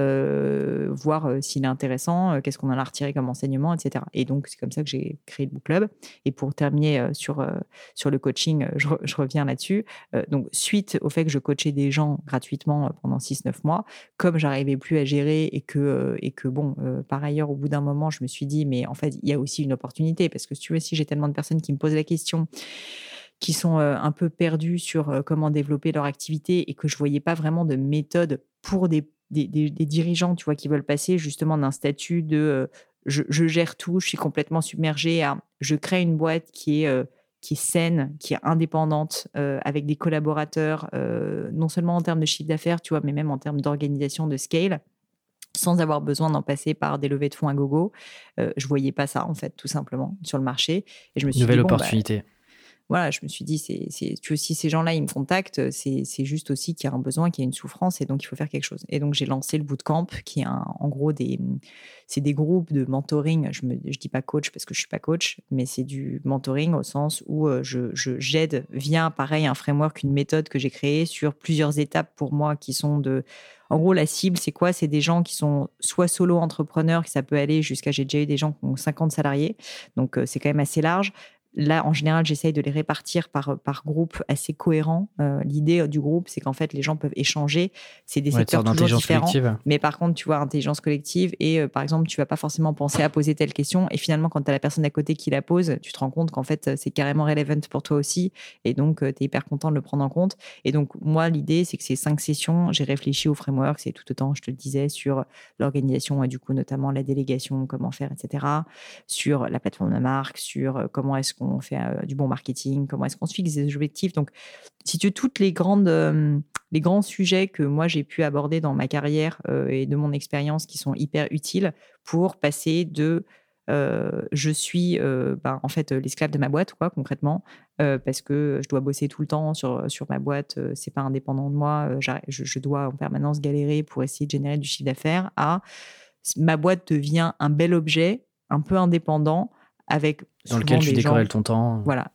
euh, voir euh, s'il est intéressant, euh, qu'est-ce qu'on en a retiré comme enseignement, et cetera. Et donc, c'est comme ça que j'ai créé le book club. Et pour terminer euh, sur, euh, sur le coaching, je, re, je reviens là-dessus. Euh, donc, suite au fait que je coachais des gens gratuitement pendant six neuf mois, comme j'arrivais plus à gérer et que, euh, et que bon, euh, par ailleurs, au bout d'un moment, je me suis dit, mais en fait, il y a aussi une opportunité parce que si tu veux, si j'ai tellement de personnes qui me posent la question, qui sont euh, un peu perdues sur euh, comment développer leur activité et que je voyais pas vraiment de méthode pour des Des, des, des dirigeants, tu vois, qui veulent passer justement d'un statut de euh, je, je gère tout, je suis complètement submergée à je crée une boîte qui est, euh, qui est saine, qui est indépendante, euh, avec des collaborateurs, euh, non seulement en termes de chiffre d'affaires, tu vois, mais même en termes d'organisation, de scale, sans avoir besoin d'en passer par des levées de fonds à gogo. Euh, je voyais pas ça, en fait, tout simplement, sur le marché. Et je me suis Nouvelle dit, bon, opportunité. Bah, voilà, je me suis dit, c'est, c'est, tu vois, si ces gens-là, ils me contactent, c'est, c'est juste aussi qu'il y a un besoin, qu'il y a une souffrance, et donc il faut faire quelque chose. Et donc, j'ai lancé le bootcamp, qui est un, en gros des, c'est des groupes de mentoring. Je ne je dis pas coach parce que je ne suis pas coach, mais c'est du mentoring au sens où je, je, j'aide via, pareil, un framework, une méthode que j'ai créée sur plusieurs étapes pour moi qui sont de... En gros, la cible, c'est quoi? C'est des gens qui sont soit solo-entrepreneurs, que ça peut aller jusqu'à... J'ai déjà eu des gens qui ont cinquante salariés, donc c'est quand même assez large. Là, en général, j'essaye de les répartir par, par groupe assez cohérent. Euh, l'idée du groupe, c'est qu'en fait, les gens peuvent échanger. C'est des ouais, secteurs toujours différents. Collective. Mais par contre, tu vois, intelligence collective. Et euh, par exemple, tu ne vas pas forcément penser à poser telle question. Et finalement, quand tu as la personne à côté qui la pose, tu te rends compte qu'en fait, c'est carrément relevant pour toi aussi. Et donc, euh, tu es hyper content de le prendre en compte. Et donc, moi, l'idée, c'est que ces cinq sessions, j'ai réfléchi au framework. C'est tout autant, je te le disais, sur l'organisation, et du coup, notamment la délégation, comment faire, et cetera. Sur la plateforme de marque, sur euh, comment est-ce qu'on on fait euh, du bon marketing, comment est-ce qu'on se fixe des objectifs. Donc, si tu veux, toutes les grandes, euh, les grands sujets que moi, j'ai pu aborder dans ma carrière euh, et de mon expérience qui sont hyper utiles pour passer de euh, je suis euh, ben, en fait l'esclave de ma boîte, quoi, concrètement, euh, parce que je dois bosser tout le temps sur, sur ma boîte, euh, c'est pas indépendant de moi, euh, je, je dois en permanence galérer pour essayer de générer du chiffre d'affaires, à ma boîte devient un bel objet, un peu indépendant, avec dans lequel tu décorelles ton temps. Voilà,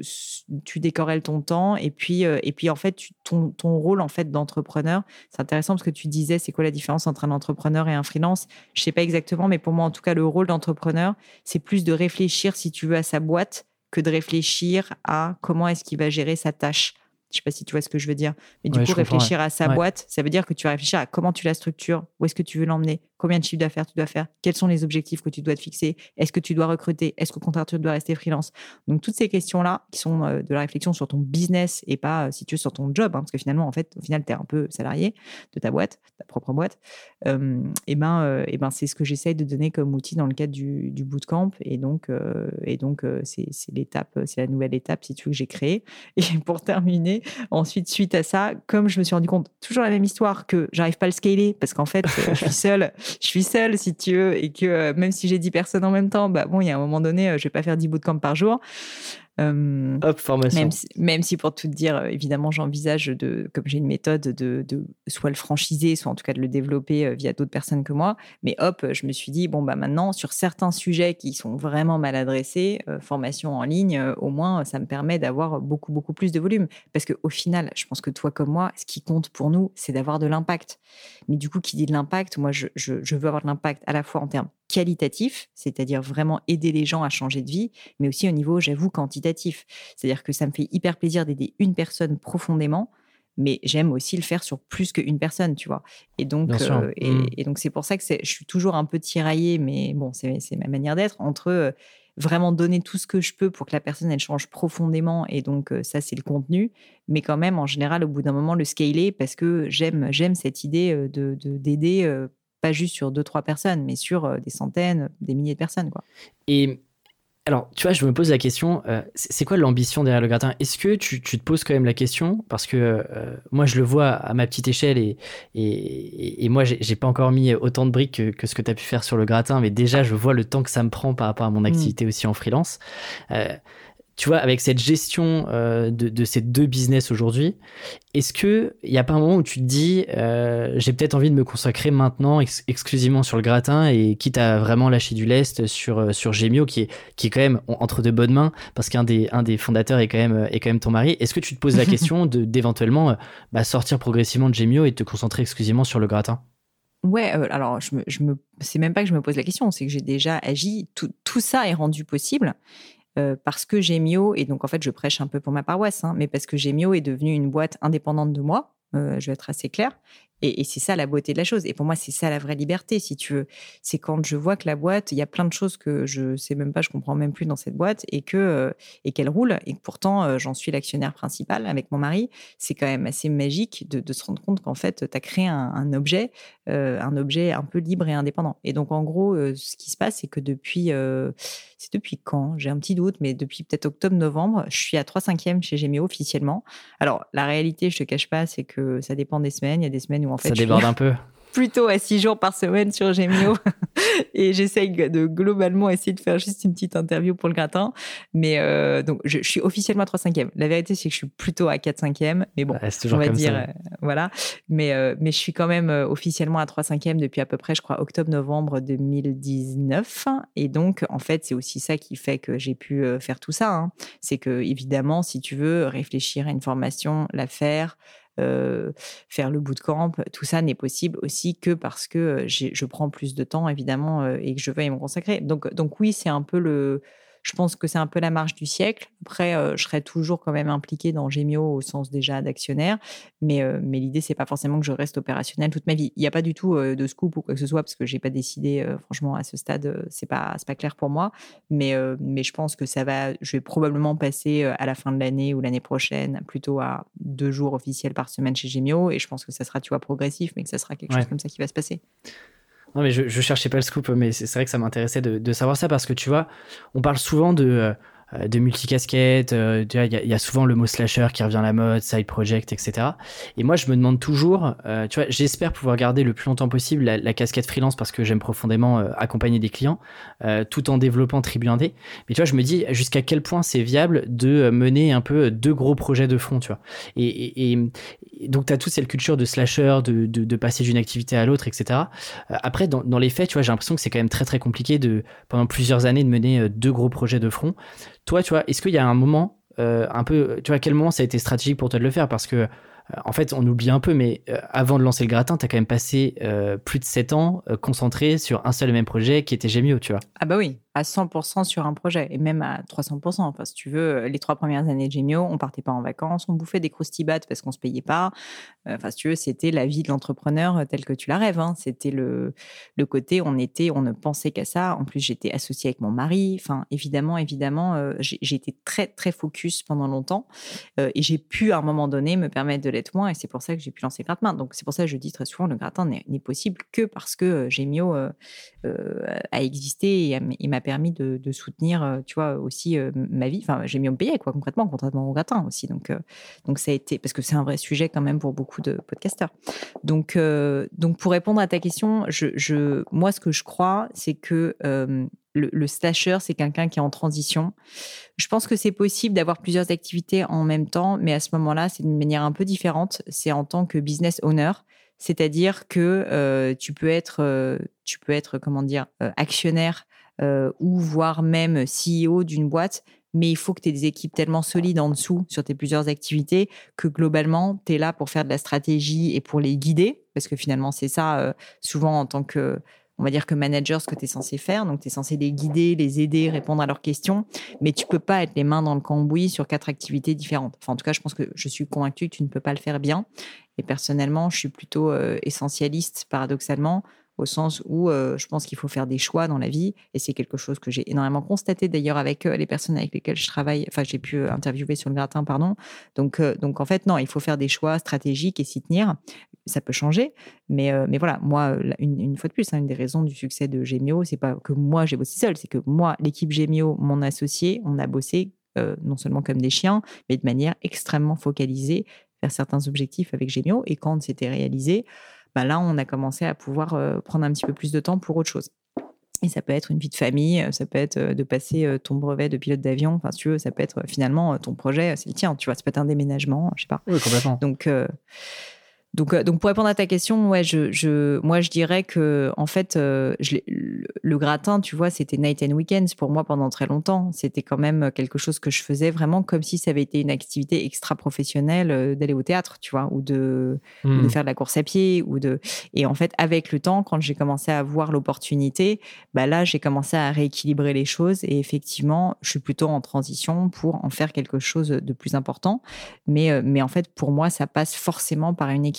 tu décorelles ton temps et puis euh, et puis en fait tu, ton ton rôle en fait d'entrepreneur, c'est intéressant parce que tu disais c'est quoi la différence entre un entrepreneur et un freelance. Je sais pas exactement, mais pour moi en tout cas le rôle d'entrepreneur, c'est plus de réfléchir si tu veux à sa boîte que de réfléchir à comment est-ce qu'il va gérer sa tâche. Je ne sais pas si tu vois ce que je veux dire. Mais du ouais, coup, réfléchir ouais. à sa ouais. boîte, ça veut dire que tu vas réfléchir à comment tu la structures, où est-ce que tu veux l'emmener, combien de chiffre d'affaires tu dois faire, quels sont les objectifs que tu dois te fixer, est-ce que tu dois recruter, est-ce qu'au contraire tu dois rester freelance. Donc, toutes ces questions-là, qui sont euh, de la réflexion sur ton business et pas, euh, si tu veux, sur ton job, hein, parce que finalement, en fait, au final, tu es un peu salarié de ta boîte, ta propre boîte, euh, et ben, euh, et ben, c'est ce que j'essaye de donner comme outil dans le cadre du, du bootcamp. Et donc, euh, et donc euh, c'est, c'est l'étape, c'est la nouvelle étape, si tu veux, que j'ai créée. Et pour terminer, ensuite, suite à ça, comme je me suis rendu compte, toujours la même histoire, que j'arrive pas à le scaler parce qu'en fait, je suis seule, je suis seule, si tu veux, et que euh, même si j'ai dix personnes en même temps, bah bon, il y a un moment donné, euh, je vais pas faire dix bootcamps par jour. Euh, Hop, formation. Même si, même si, pour tout te dire, évidemment, j'envisage de, comme j'ai une méthode, de, de soit le franchiser, soit en tout cas de le développer via d'autres personnes que moi. Mais hop, je me suis dit, bon, bah maintenant, sur certains sujets qui sont vraiment mal adressés, euh, formation en ligne, euh, au moins, ça me permet d'avoir beaucoup, beaucoup plus de volume. Parce qu'au final, je pense que toi comme moi, ce qui compte pour nous, c'est d'avoir de l'impact. Mais du coup, qui dit de l'impact, moi, je, je, je veux avoir de l'impact à la fois en termes qualitatif, c'est-à-dire vraiment aider les gens à changer de vie, mais aussi au niveau, j'avoue, quantitatif. C'est-à-dire que ça me fait hyper plaisir d'aider une personne profondément, mais j'aime aussi le faire sur plus qu'une personne, tu vois. Et donc, euh, et, mmh. et donc c'est pour ça que c'est, je suis toujours un peu tiraillée, mais bon, c'est, c'est ma manière d'être, entre euh, vraiment donner tout ce que je peux pour que la personne, elle change profondément, et donc euh, ça, c'est le contenu, mais quand même, en général, au bout d'un moment, le scaler, parce que j'aime, j'aime cette idée de, de, d'aider euh, pas juste sur deux, trois personnes, mais sur des centaines, des milliers de personnes, quoi. Et alors, tu vois, je me pose la question, euh, c'est quoi l'ambition derrière le gratin ? Est-ce que tu, tu te poses quand même la question ? Parce que euh, moi, je le vois à ma petite échelle et, et, et moi, j'ai, j'ai pas encore mis autant de briques que, que ce que tu as pu faire sur le gratin, mais déjà, je vois le temps que ça me prend par rapport à mon activité mmh. aussi en freelance. Euh, tu vois, avec cette gestion euh, de, de ces deux business aujourd'hui, est-ce qu'il n'y a pas un moment où tu te dis euh, j'ai peut-être envie de me consacrer maintenant ex- exclusivement sur le gratin et quitte à vraiment lâcher du lest sur, sur Gemio qui est, qui est quand même entre de bonnes mains parce qu'un des, un des fondateurs est quand, même, est quand même ton mari. Est-ce que tu te poses la question de, d'éventuellement bah, sortir progressivement de Gemio et te concentrer exclusivement sur le gratin ? Ouais, euh, alors je me, je me, c'est même pas que je me pose la question, c'est que j'ai déjà agi. Tout, tout ça est rendu possible. Euh, parce que Gemio, et donc en fait je prêche un peu pour ma paroisse, hein, mais parce que Gemio est devenue une boîte indépendante de moi, euh, je vais être assez claire, Et, et c'est ça la beauté de la chose. Et pour moi, c'est ça la vraie liberté, si tu veux. C'est quand je vois que la boîte, il y a plein de choses que je sais même pas, je comprends même plus dans cette boîte et que euh, et qu'elle roule. Et que pourtant, euh, j'en suis l'actionnaire principal avec mon mari. C'est quand même assez magique de, de se rendre compte qu'en fait, tu as créé un, un objet, euh, un objet un peu libre et indépendant. Et donc, en gros, euh, ce qui se passe, c'est que depuis, euh, c'est depuis quand? J'ai un petit doute, mais depuis peut-être octobre-novembre, je suis à trois cinquièmes chez Gemio officiellement. Alors, la réalité, je te cache pas, c'est que ça dépend des semaines. Il y a des semaines où en fait, Ça déborde un peu. Plutôt à six jours par semaine sur Gemio et j'essaye de globalement essayer de faire juste une petite interview pour le gratin. Mais euh, donc, je, je suis officiellement à trois cinquièmes. La vérité, c'est que je suis plutôt à quatre cinquièmes. Mais bon, ouais, c'est toujours on va comme dire, ça. Euh, voilà. Mais, euh, mais je suis quand même euh, officiellement à trois cinquièmes depuis à peu près, je crois, octobre-novembre deux mille dix-neuf. Et donc, en fait, c'est aussi ça qui fait que j'ai pu euh, faire tout ça. Hein. C'est que, évidemment, si tu veux réfléchir à une formation, la faire, Euh, faire le bootcamp, tout ça n'est possible aussi que parce que j'ai, je prends plus de temps, évidemment, euh, et que je veux y me consacrer. Donc, donc oui, c'est un peu le... Je pense que c'est un peu la marche du siècle. Après, euh, je serai toujours quand même impliquée dans Gemio au sens déjà d'actionnaire. Mais, euh, mais l'idée, c'est pas forcément que je reste opérationnelle toute ma vie. Il n'y a pas du tout euh, de scoop ou quoi que ce soit parce que j'ai pas décidé, euh, franchement, à ce stade, euh, c'est pas, c'est pas clair pour moi. Mais, euh, mais je pense que ça va, je vais probablement passer euh, à la fin de l'année ou l'année prochaine plutôt à deux jours officiels par semaine chez Gemio. Et je pense que ça sera, tu vois, progressif, mais que ça sera quelque Ouais. chose comme ça qui va se passer. Non, mais je, je cherchais pas le scoop, mais c'est, c'est vrai que ça m'intéressait de, de savoir ça parce que tu vois, on parle souvent de, euh, de multicasquettes, euh, tu vois, il y, a- il y a souvent le mot slasher qui revient à la mode, side project, et cetera. Et moi, je me demande toujours, euh, tu vois, j'espère pouvoir garder le plus longtemps possible la, la casquette freelance parce que j'aime profondément euh, accompagner des clients, euh, tout en développant Tribu Indé. Mais tu vois, je me dis jusqu'à quel point c'est viable de mener un peu deux gros projets de front, tu vois. Et, et, et, et donc, tu as toute cette culture de slasher, de, de, de passer d'une activité à l'autre, et cetera. Euh, après, dans, dans les faits, tu vois, j'ai l'impression que c'est quand même très, très compliqué de, pendant plusieurs années de mener euh, deux gros projets de front. Toi, tu vois, est-ce qu'il y a un moment, euh, un peu, tu vois, à quel moment ça a été stratégique pour toi de le faire? Parce que, euh, en fait, on oublie un peu, mais euh, avant de lancer le gratin, tu as quand même passé euh, plus de sept ans euh, concentré sur un seul et même projet qui était Gemio, tu vois. Ah bah oui, à cent pour cent sur un projet, et même à trois cents pour cent. Enfin, si tu veux, les trois premières années de Gemio, on partait pas en vacances, on bouffait des croustibates parce qu'on se payait pas. Enfin, si tu veux, c'était la vie de l'entrepreneur telle que tu la rêves. Hein. C'était le, le côté, on était, on ne pensait qu'à ça. En plus, j'étais associée avec mon mari. Enfin, évidemment, évidemment, euh, j'ai, j'ai été très, très focus pendant longtemps. Euh, et j'ai pu, à un moment donné, me permettre de l'être moins. Et c'est pour ça que j'ai pu lancer Gratin. Donc, c'est pour ça que je dis très souvent, le Gratin n'est, n'est possible que parce que euh, Gemio euh, euh, a existé et, a, et m'a permis de, de soutenir, euh, tu vois, aussi euh, ma vie. Enfin, Gemio me payait, quoi, concrètement, contrairement au Gratin aussi. Donc, euh, donc, ça a été, parce que c'est un vrai sujet quand même pour beaucoup de podcasteurs. Donc, euh, donc pour répondre à ta question, je, je, moi, ce que je crois, c'est que euh, le, le slasher, c'est quelqu'un qui est en transition. Je pense que c'est possible d'avoir plusieurs activités en même temps, mais à ce moment-là, c'est d'une manière un peu différente. C'est en tant que business owner, c'est-à-dire que euh, tu peux être, euh, tu peux être, comment dire, euh, actionnaire euh, ou voire même C E O d'une boîte, mais il faut que tu aies des équipes tellement solides en dessous sur tes plusieurs activités que globalement, tu es là pour faire de la stratégie et pour les guider, parce que finalement, c'est ça, euh, souvent en tant que, on va dire que manager, ce que tu es censé faire. Donc, tu es censé les guider, les aider, répondre à leurs questions, mais tu peux pas être les mains dans le cambouis sur quatre activités différentes. Enfin, en tout cas, je pense que je suis convaincue que tu ne peux pas le faire bien. Et personnellement, je suis plutôt euh, essentialiste, paradoxalement, au sens où euh, je pense qu'il faut faire des choix dans la vie. Et c'est quelque chose que j'ai énormément constaté d'ailleurs avec euh, les personnes avec lesquelles je travaille, enfin, j'ai pu euh, interviewer sur le gratin, pardon. Donc, euh, donc, en fait, non, il faut faire des choix stratégiques et s'y tenir. Ça peut changer, mais, euh, mais voilà, moi, une, une fois de plus, hein, une des raisons du succès de Gemio, c'est pas que moi j'ai bossé seule, c'est que moi, l'équipe Gemio, mon associé, on a bossé euh, non seulement comme des chiens, mais de manière extrêmement focalisée vers certains objectifs avec Gemio. Et quand c'était réalisé, bah là, on a commencé à pouvoir euh, prendre un petit peu plus de temps pour autre chose. Et ça peut être une vie de famille, ça peut être de passer ton brevet de pilote d'avion. Enfin, si tu veux, ça peut être finalement ton projet, c'est le tien, tu vois. Ça peut être un déménagement, je sais pas. Oui, complètement. Donc, euh, donc, euh, donc pour répondre à ta question, ouais, je, je, moi, je dirais que, en fait, euh, je le, le gratin, tu vois, c'était night and weekends pour moi pendant très longtemps. C'était quand même quelque chose que je faisais vraiment comme si ça avait été une activité extra-professionnelle euh, d'aller au théâtre, tu vois, ou de, mmh. ou de faire de la course à pied. Ou de... Et en fait, avec le temps, quand j'ai commencé à voir l'opportunité, bah là, j'ai commencé à rééquilibrer les choses. Et effectivement, je suis plutôt en transition pour en faire quelque chose de plus important. Mais, euh, mais en fait, pour moi, ça passe forcément par une équipe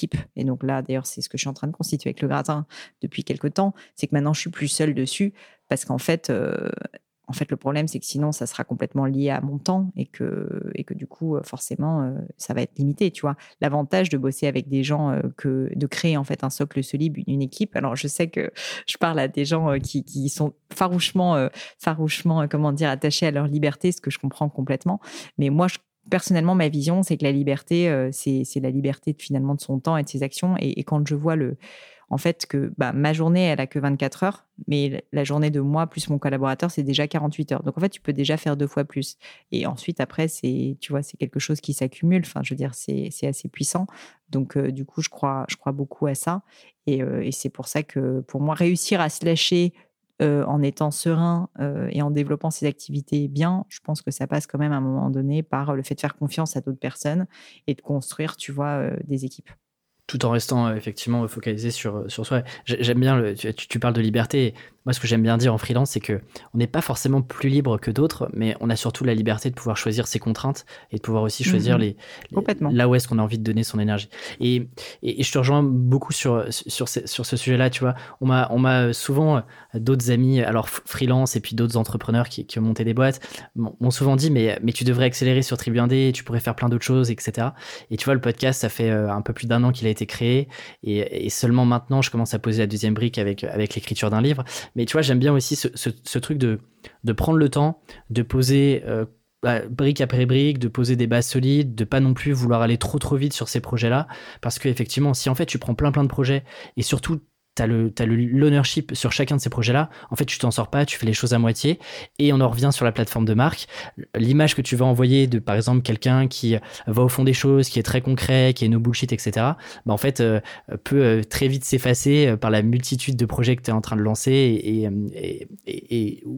équipe. Et donc là, d'ailleurs, c'est ce que je suis en train de constituer avec le gratin depuis quelques temps. C'est que maintenant, je suis plus seule dessus parce qu'en fait, euh, en fait, le problème, c'est que sinon, ça sera complètement lié à mon temps et que, et que du coup, forcément, euh, ça va être limité, tu vois. L'avantage de bosser avec des gens, euh, que de créer en fait un socle solide, une, une équipe. Alors, je sais que je parle à des gens euh, qui, qui sont farouchement, euh, farouchement, euh, comment dire, attachés à leur liberté, ce que je comprends complètement. Mais moi, je personnellement, ma vision, c'est que la liberté, euh, c'est, c'est la liberté de, finalement de son temps et de ses actions. Et, et quand je vois le, en fait, que bah, ma journée, elle a que vingt-quatre heures, mais la journée de moi plus mon collaborateur, c'est déjà quarante-huit heures. Donc en fait, tu peux déjà faire deux fois plus. Et ensuite, après, c'est, tu vois, c'est quelque chose qui s'accumule. Enfin, je veux dire, c'est, c'est assez puissant. Donc euh, du coup, je crois, je crois beaucoup à ça. Et, euh, et c'est pour ça que, pour moi, réussir à se lâcher Euh, en étant serein euh, et en développant ses activités bien, je pense que ça passe quand même à un moment donné par le fait de faire confiance à d'autres personnes et de construire, tu vois, euh, des équipes. Tout en restant euh, effectivement focalisé sur, sur soi. J'aime bien, le, tu, tu parles de liberté. Moi, ce que j'aime bien dire en freelance, c'est qu'on n'est pas forcément plus libre que d'autres, mais on a surtout la liberté de pouvoir choisir ses contraintes et de pouvoir aussi choisir mmh, les, les, là où est-ce qu'on a envie de donner son énergie. Et, et, et je te rejoins beaucoup sur, sur, ce, sur ce sujet-là, tu vois. On m'a, on m'a souvent, d'autres amis, alors freelance et puis d'autres entrepreneurs qui, qui ont monté des boîtes, m'ont souvent dit, mais, mais tu devrais accélérer sur Tribu Indé, tu pourrais faire plein d'autres choses, et cetera. Et tu vois, le podcast, ça fait un peu plus d'un an qu'il a été créé et, et seulement maintenant, je commence à poser la deuxième brique avec, avec l'écriture d'un livre. Mais tu vois, j'aime bien aussi ce, ce, ce truc de, de prendre le temps, de poser euh, brique après brique, de poser des bases solides, de pas non plus vouloir aller trop trop vite sur ces projets-là. Parce qu'effectivement, si en fait tu prends plein plein de projets et surtout tu as le, t'as le, l'ownership sur chacun de ces projets-là, en fait tu t'en sors pas, tu fais les choses à moitié et on en revient sur la plateforme de marque. L'image que tu vas envoyer de par exemple quelqu'un qui va au fond des choses, qui est très concret, qui est no bullshit, et cetera, bah, en fait euh, peut euh, très vite s'effacer par la multitude de projets que tu es en train de lancer et, et, et, et,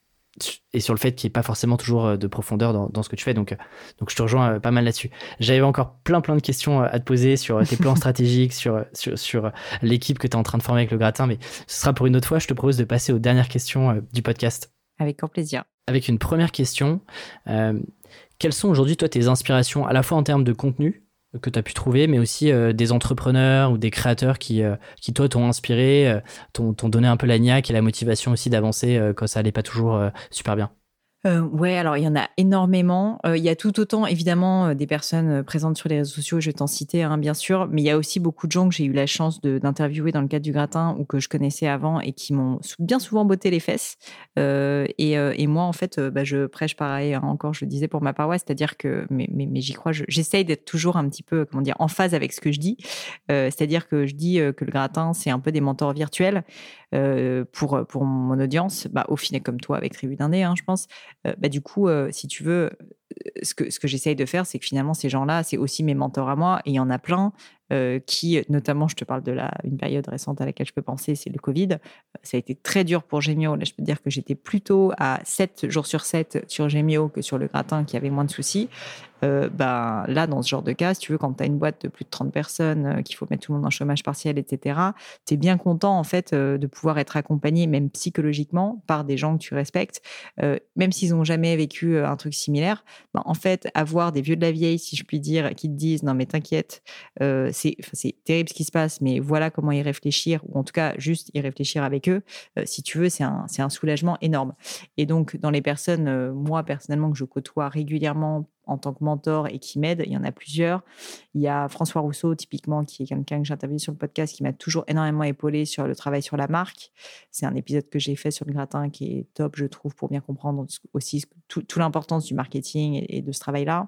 et sur le fait qu'il n'y ait pas forcément toujours de profondeur dans, dans ce que tu fais. Donc, donc je te rejoins pas mal là-dessus. J'avais encore plein plein de questions à te poser sur tes plans stratégiques, sur, sur, sur l'équipe que tu es en train de former avec le gratin, mais ce sera pour une autre fois. Je te propose de passer aux dernières questions du podcast. Avec grand plaisir. Avec une première question, euh, quelles sont aujourd'hui toi tes inspirations à la fois en termes de contenu que tu as pu trouver, mais aussi euh, des entrepreneurs ou des créateurs qui, euh, qui toi, t'ont inspiré, euh, t'ont, t'ont donné un peu la niaque et la motivation aussi d'avancer euh, quand ça allait pas toujours euh, super bien? Euh, ouais, alors il y en a énormément. Euh, il y a tout autant, évidemment, euh, des personnes euh, présentes sur les réseaux sociaux, je vais t'en citer, hein, bien sûr, mais il y a aussi beaucoup de gens que j'ai eu la chance de, d'interviewer dans le cadre du gratin ou que je connaissais avant et qui m'ont bien souvent botté les fesses. Euh, et, euh, et moi, en fait, euh, bah, je prêche pareil, hein, encore, je le disais pour ma paroisse, c'est-à-dire que, mais, mais, mais j'y crois, je, j'essaye d'être toujours un petit peu, comment dire, en phase avec ce que je dis. Euh, c'est-à-dire que je dis euh, que le gratin, c'est un peu des mentors virtuels. Euh, pour, pour mon audience, bah, au final, comme toi avec Tribu d'Indé, hein, je pense, euh, bah, du coup, euh, si tu veux, ce que, ce que j'essaye de faire, c'est que finalement, ces gens-là, c'est aussi mes mentors à moi, et il y en a plein euh, qui, notamment, je te parle de la, une période récente à laquelle je peux penser, c'est le Covid. Ça a été très dur pour Gemio. Là, je peux te dire que j'étais plutôt à sept jours sur sept sur Gemio que sur le gratin, qui avait moins de soucis. Euh, ben, là, dans ce genre de cas, si tu veux, quand tu as une boîte de plus de trente personnes, euh, qu'il faut mettre tout le monde en chômage partiel, et cetera, tu es bien content, en fait, euh, de pouvoir être accompagné, même psychologiquement, par des gens que tu respectes, euh, même s'ils n'ont jamais vécu un truc similaire. Ben, en fait, avoir des vieux de la vieille, si je puis dire, qui te disent « Non, mais t'inquiète, euh, c'est, c'est terrible ce qui se passe, mais voilà comment y réfléchir », ou en tout cas, juste y réfléchir avec eux, euh, si tu veux, c'est un, c'est un soulagement énorme. Et donc, dans les personnes, euh, moi, personnellement, que je côtoie régulièrement, en tant que mentor et qui m'aide, il y en a plusieurs. Il y a François Rousseau, typiquement, qui est quelqu'un que j'ai interviewé sur le podcast, qui m'a toujours énormément épaulé sur le travail sur la marque. C'est un épisode que j'ai fait sur le gratin qui est top, je trouve, pour bien comprendre aussi toute tout l'importance du marketing et, et de ce travail-là.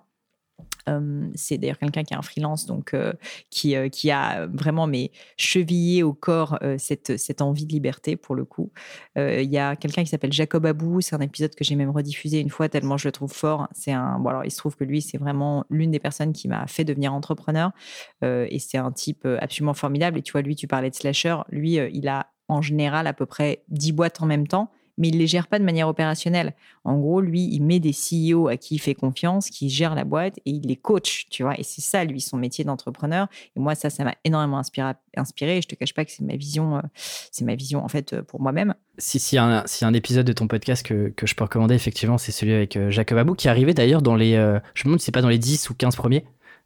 Euh, c'est d'ailleurs quelqu'un qui est un freelance, donc euh, qui, euh, qui a vraiment mais, chevillé au corps euh, cette, cette envie de liberté, pour le coup. Il euh, y a quelqu'un qui s'appelle Jacob Abou, c'est un épisode que j'ai même rediffusé une fois, tellement je le trouve fort. C'est un, bon, alors, il se trouve que lui, c'est vraiment l'une des personnes qui m'a fait devenir entrepreneur, euh, et c'est un type absolument formidable. Et tu vois, lui, tu parlais de slasher, lui, euh, il a en général à peu près dix boîtes en même temps, mais il ne les gère pas de manière opérationnelle. En gros, lui, il met des C E O à qui il fait confiance, qui gèrent la boîte, et il les coach, tu vois. Et c'est ça, lui, son métier d'entrepreneur. Et moi, ça, ça m'a énormément inspiré. inspiré et je ne te cache pas que c'est ma vision, euh, c'est ma vision, en fait, pour moi-même. Si, si, un, si un épisode de ton podcast que, que je peux recommander, effectivement, c'est celui avec euh, Jacob Abou, qui est arrivé d'ailleurs dans les... Euh, je me demande si c'est pas dans les dix ou quinze premiers.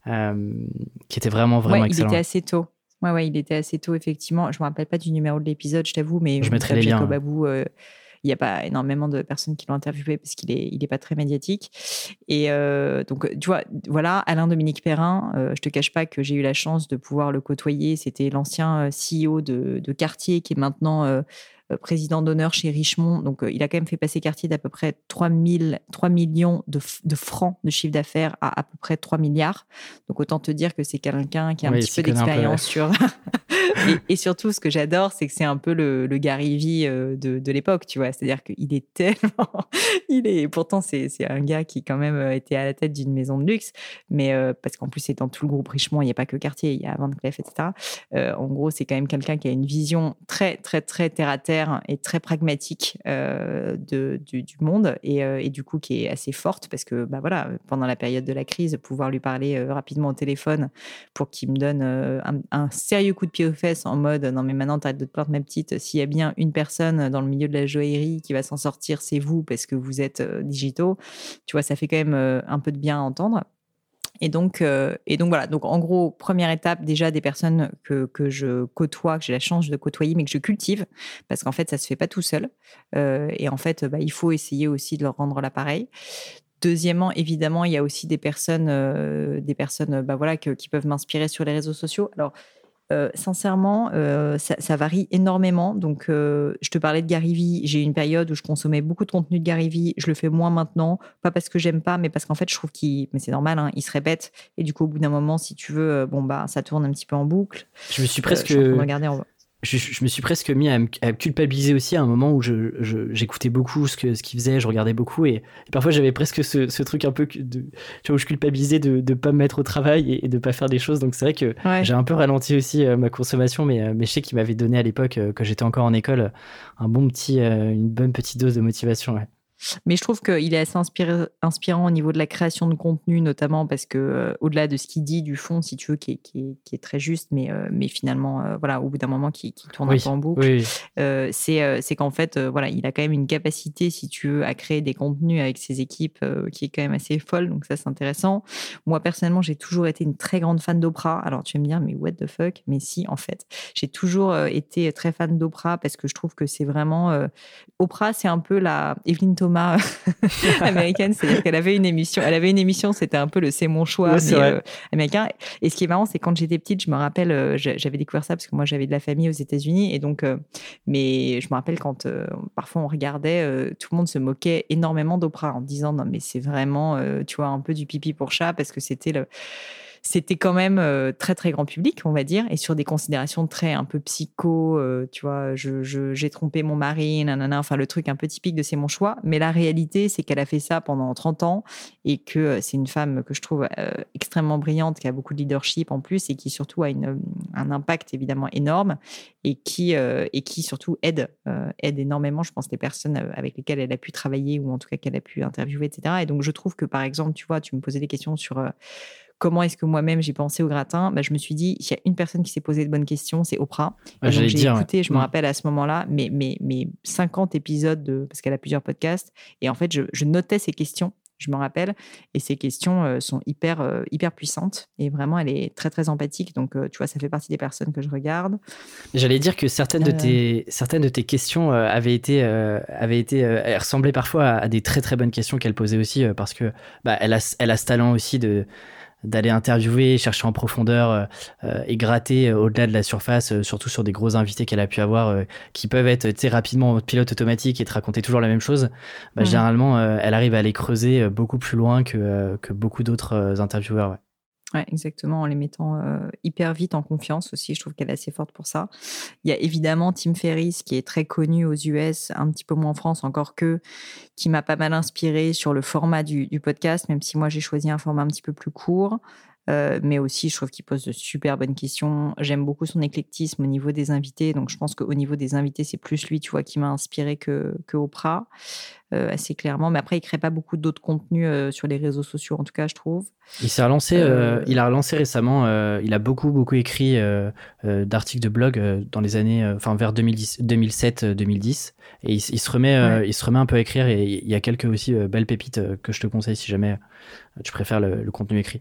euh, qui était vraiment, vraiment ouais, excellent. Il était assez tôt. Ouais, ouais, il était assez tôt, effectivement. Je ne me rappelle pas du numéro de l'épisode, je t'avoue, mais je mettrai les liens. Jacob Abou, euh, il n'y a pas énormément de personnes qui l'ont interviewé parce qu'il n'est il est pas très médiatique. Et euh, donc, tu vois, voilà, Alain-Dominique Perrin, euh, je ne te cache pas que j'ai eu la chance de pouvoir le côtoyer. C'était l'ancien C E O de, de Cartier qui est maintenant euh, président d'honneur chez Richemont. Donc, euh, il a quand même fait passer Cartier d'à peu près trois millions de, de francs de chiffre d'affaires à à peu près trois milliards. Donc, autant te dire que c'est quelqu'un qui a un oui, petit peu d'expérience peu, ouais. sur... et, et surtout, ce que j'adore, c'est que c'est un peu le, le Gary Vee de, de l'époque, tu vois. C'est-à-dire qu'il est tellement... il est... Pourtant, c'est, c'est un gars qui, quand même, était à la tête d'une maison de luxe. Mais euh, parce qu'en plus, c'est dans tout le groupe Richemont, il n'y a pas que Cartier, il y a Van Cleef, et cetera. Euh, en gros, c'est quand même quelqu'un qui a une vision très, très, très terre-à-terre et très pragmatique euh, de, du, du monde et, euh, et du coup qui est assez forte parce que bah voilà, pendant la période de la crise, pouvoir lui parler euh, rapidement au téléphone pour qu'il me donne euh, un, un sérieux coup de pied aux fesses en mode non mais maintenant t'arrêtes de te plaindre ma petite, s'il y a bien une personne dans le milieu de la joaillerie qui va s'en sortir, c'est vous parce que vous êtes euh, digitaux, tu vois, ça fait quand même euh, un peu de bien à entendre. Et donc, euh, et donc voilà. Donc en gros, première étape, déjà des personnes que, que je côtoie, que j'ai la chance de côtoyer, mais que je cultive, parce qu'en fait, ça se fait pas tout seul. Euh, et en fait, bah, il faut essayer aussi de leur rendre l'appareil. Deuxièmement, évidemment, il y a aussi des personnes, euh, des personnes, bah voilà, que, qui peuvent m'inspirer sur les réseaux sociaux. Alors. Euh, sincèrement, euh, ça, ça varie énormément. Donc, euh, je te parlais de Gary Vee. J'ai eu une période où je consommais beaucoup de contenu de Gary Vee. Je le fais moins maintenant, pas parce que j'aime pas, mais parce qu'en fait, je trouve qu'il, mais c'est normal, hein, il se répète. Et du coup, au bout d'un moment, si tu veux, bon bah, ça tourne un petit peu en boucle. Je me suis presque. Euh, je suis en train de regarder en... Je, je me suis presque mis à me, à me culpabiliser aussi à un moment où je, je, j'écoutais beaucoup ce, que, ce qu'il faisait, je regardais beaucoup et, et parfois j'avais presque ce, ce truc un peu de, tu vois, où je culpabilisais de ne pas me mettre au travail et, et de ne pas faire des choses. Donc c'est vrai que ouais. j'ai un peu ralenti aussi euh, ma consommation, mais, euh, mais je sais qu'il m'avait donné à l'époque, euh, quand j'étais encore en école, un bon petit, euh, une bonne petite dose de motivation. Ouais. Mais je trouve qu'il est assez inspiré, inspirant au niveau de la création de contenu, notamment parce que euh, au-delà de ce qu'il dit du fond, si tu veux, qui est, qui est, qui est très juste, mais, euh, mais finalement, euh, voilà, au bout d'un moment, qui, qui tourne oui, un peu en boucle, oui. euh, c'est, euh, c'est qu'en fait, euh, voilà, il a quand même une capacité, si tu veux, à créer des contenus avec ses équipes euh, qui est quand même assez folle. Donc ça, c'est intéressant. Moi, personnellement, j'ai toujours été une très grande fan d'Oprah. Alors tu vas me dire, mais what the fuck? Mais si, en fait, j'ai toujours euh, été très fan d'Oprah parce que je trouve que c'est vraiment euh, Oprah, c'est un peu la Evelyne Thomas américaine, c'est-à-dire qu'elle avait une émission, elle avait une émission, c'était un peu le c'est mon choix ouais, mais, euh, américain. Et ce qui est marrant, c'est quand j'étais petite, je me rappelle, euh, j'avais découvert ça parce que moi j'avais de la famille aux États-Unis et donc, euh, mais je me rappelle quand euh, parfois on regardait, euh, tout le monde se moquait énormément d'Oprah en disant non mais c'est vraiment, euh, tu vois, un peu du pipi pour chat parce que c'était le c'était quand même euh, très très grand public, on va dire, et sur des considérations très un peu psycho, euh, tu vois, je, je, j'ai trompé mon mari, nanana, enfin le truc un peu typique de c'est mon choix. Mais la réalité, c'est qu'elle a fait ça pendant trente ans et que euh, c'est une femme que je trouve euh, extrêmement brillante, qui a beaucoup de leadership en plus et qui surtout a une, un impact évidemment énorme et qui, euh, et qui surtout aide, euh, aide énormément, je pense, les personnes avec lesquelles elle a pu travailler ou en tout cas qu'elle a pu interviewer, et cetera. Et donc je trouve que par exemple, tu vois, tu me posais des questions sur... Euh, comment est-ce que moi-même j'ai pensé au gratin, bah, je me suis dit, s'il y a une personne qui s'est posé de bonnes questions, c'est Oprah. Ah, et donc, j'ai dire, écouté, ouais. je me rappelle à ce moment-là, mes, mes, mes cinquante épisodes, de, parce qu'elle a plusieurs podcasts, et en fait, je, je notais ces questions, je me rappelle, et ces questions euh, sont hyper, euh, hyper puissantes, et vraiment, elle est très, très empathique, donc euh, tu vois, ça fait partie des personnes que je regarde. J'allais dire que certaines, euh... de, tes, certaines de tes questions euh, avaient été, euh, avaient été euh, elles ressemblaient parfois à, à des très, très bonnes questions qu'elle posait aussi, euh, parce que bah, elle, a, elle a ce talent aussi de... d'aller interviewer, chercher en profondeur euh, et gratter euh, au-delà de la surface, euh, surtout sur des gros invités qu'elle a pu avoir euh, qui peuvent être rapidement en pilote automatique et te raconter toujours la même chose. Bah, mmh. Généralement, euh, elle arrive à aller creuser euh, beaucoup plus loin que, euh, que beaucoup d'autres euh, intervieweurs. Ouais. Ouais, exactement, en les mettant euh, hyper vite en confiance aussi. Je trouve qu'elle est assez forte pour ça. Il y a évidemment Tim Ferriss, qui est très connu aux U S, un petit peu moins en France encore que, qui m'a pas mal inspiré sur le format du, du podcast, même si moi j'ai choisi un format un petit peu plus court. Euh, mais aussi, je trouve qu'il pose de super bonnes questions. J'aime beaucoup son éclectisme au niveau des invités. Donc, je pense qu'au niveau des invités, c'est plus lui, tu vois, qui m'a inspiré que, que Oprah, euh, assez clairement. Mais après, il ne crée pas beaucoup d'autres contenus euh, sur les réseaux sociaux, en tout cas, je trouve. Il s'est relancé, euh... Euh, il a relancé récemment. Euh, il a beaucoup, beaucoup écrit euh, euh, d'articles de blog euh, dans les années, enfin, euh, vers deux mille dix, deux mille sept deux mille dix. Et il, il, se remet, euh, ouais. il se remet un peu à écrire. Et il y a quelques aussi euh, belles pépites euh, que je te conseille si jamais euh, tu préfères le, le contenu écrit.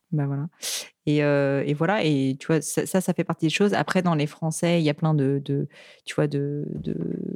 Bah voilà. Et, euh, et voilà. Et tu vois, ça, ça, ça fait partie des choses. Après, dans les Français, il y a plein de, de tu vois, de, de,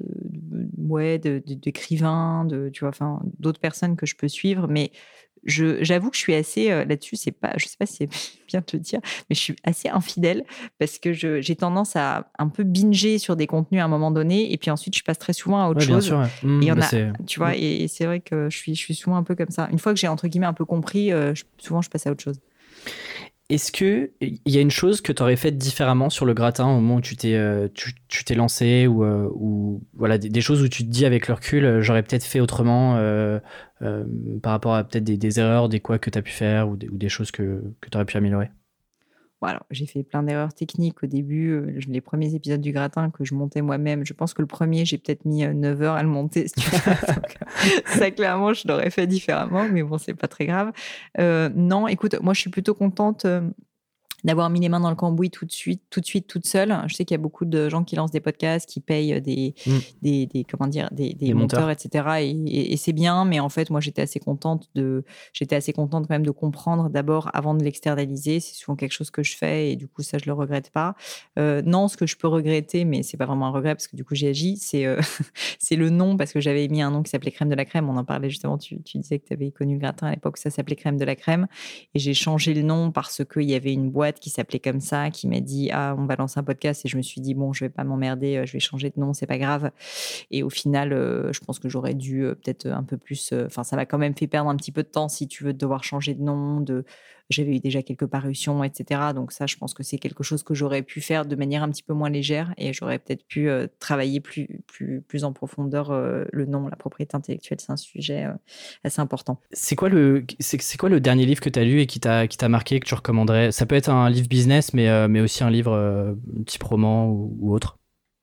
de- ouais, de, de- d'écrivains, de, tu vois, enfin, d'autres personnes que je peux suivre. Mais je, j'avoue que je suis assez euh, là-dessus. C'est pas, je sais pas si c'est bien de te le dire, mais je suis assez infidèle parce que je, j'ai tendance à un peu binger sur des contenus à un moment donné, et puis ensuite je passe très souvent à autre Ouais, bien chose. sûr. Ouais. Et il y Mmh, en bah a, c'est... tu mmh. vois, et, et c'est vrai que je suis, je suis souvent un peu comme ça. Une fois que j'ai entre guillemets un peu compris, euh, je- souvent je passe à autre chose. Est-ce que il y a une chose que tu aurais faite différemment sur le gratin au moment où tu t'es, euh, tu, tu t'es lancé ou, euh, ou voilà des, des choses où tu te dis avec le recul, euh, j'aurais peut-être fait autrement euh, euh, par rapport à peut-être des, des erreurs, des quoi que tu as pu faire ou des, ou des choses que, que tu aurais pu améliorer? Bon, alors, j'ai fait plein d'erreurs techniques au début. euh, Les premiers épisodes du gratin que je montais moi-même, je pense que le premier, j'ai peut-être mis euh, neuf heures à le monter. Si tu veux. Donc, euh, ça, clairement, je l'aurais fait différemment, mais bon, c'est pas très grave. Euh, non, écoute, moi, je suis plutôt contente. euh, d'avoir mis les mains dans le cambouis tout de suite, tout de suite, toute seule. Je sais qu'il y a beaucoup de gens qui lancent des podcasts, qui payent des, Mmh. des, des comment dire, des, des Des monteurs, monteurs. et cetera. Et, et- et c'est bien, mais en fait, moi, j'étais assez contente de, j'étais assez contente quand même de comprendre d'abord avant de l'externaliser. C'est souvent quelque chose que je fais et du coup, ça, je le regrette pas. Euh, non, ce que je peux regretter, mais c'est pas vraiment un regret parce que du coup, j'ai agi, c'est euh, c'est le nom, parce que j'avais mis un nom qui s'appelait Crème de la Crème. On en parlait justement. Tu, tu disais que tu avais connu le gratin à l'époque, ça s'appelait Crème de la Crème. Et j'ai changé le nom parce qu'il y avait une boîte qui s'appelait comme ça, qui m'a dit ah, on va lancer un podcast. Et je me suis dit bon, je vais pas m'emmerder, je vais changer de nom, c'est pas grave. Et au final, euh, je pense que j'aurais dû euh, peut-être un peu plus. Enfin, euh, ça m'a quand même fait perdre un petit peu de temps, si tu veux, de devoir changer de nom. De, j'avais eu déjà quelques parutions, et cetera. Donc ça, je pense que c'est quelque chose que j'aurais pu faire de manière un petit peu moins légère, et j'aurais peut-être pu euh, travailler plus, plus, plus en profondeur euh, le nom, la propriété intellectuelle. C'est un sujet euh, assez important. C'est quoi le, c'est, c'est quoi le dernier livre que tu as lu et qui t'a, qui t'a marqué, que tu recommanderais? Ça peut être un livre business, mais, euh, mais aussi un livre euh, type roman ou, ou autre.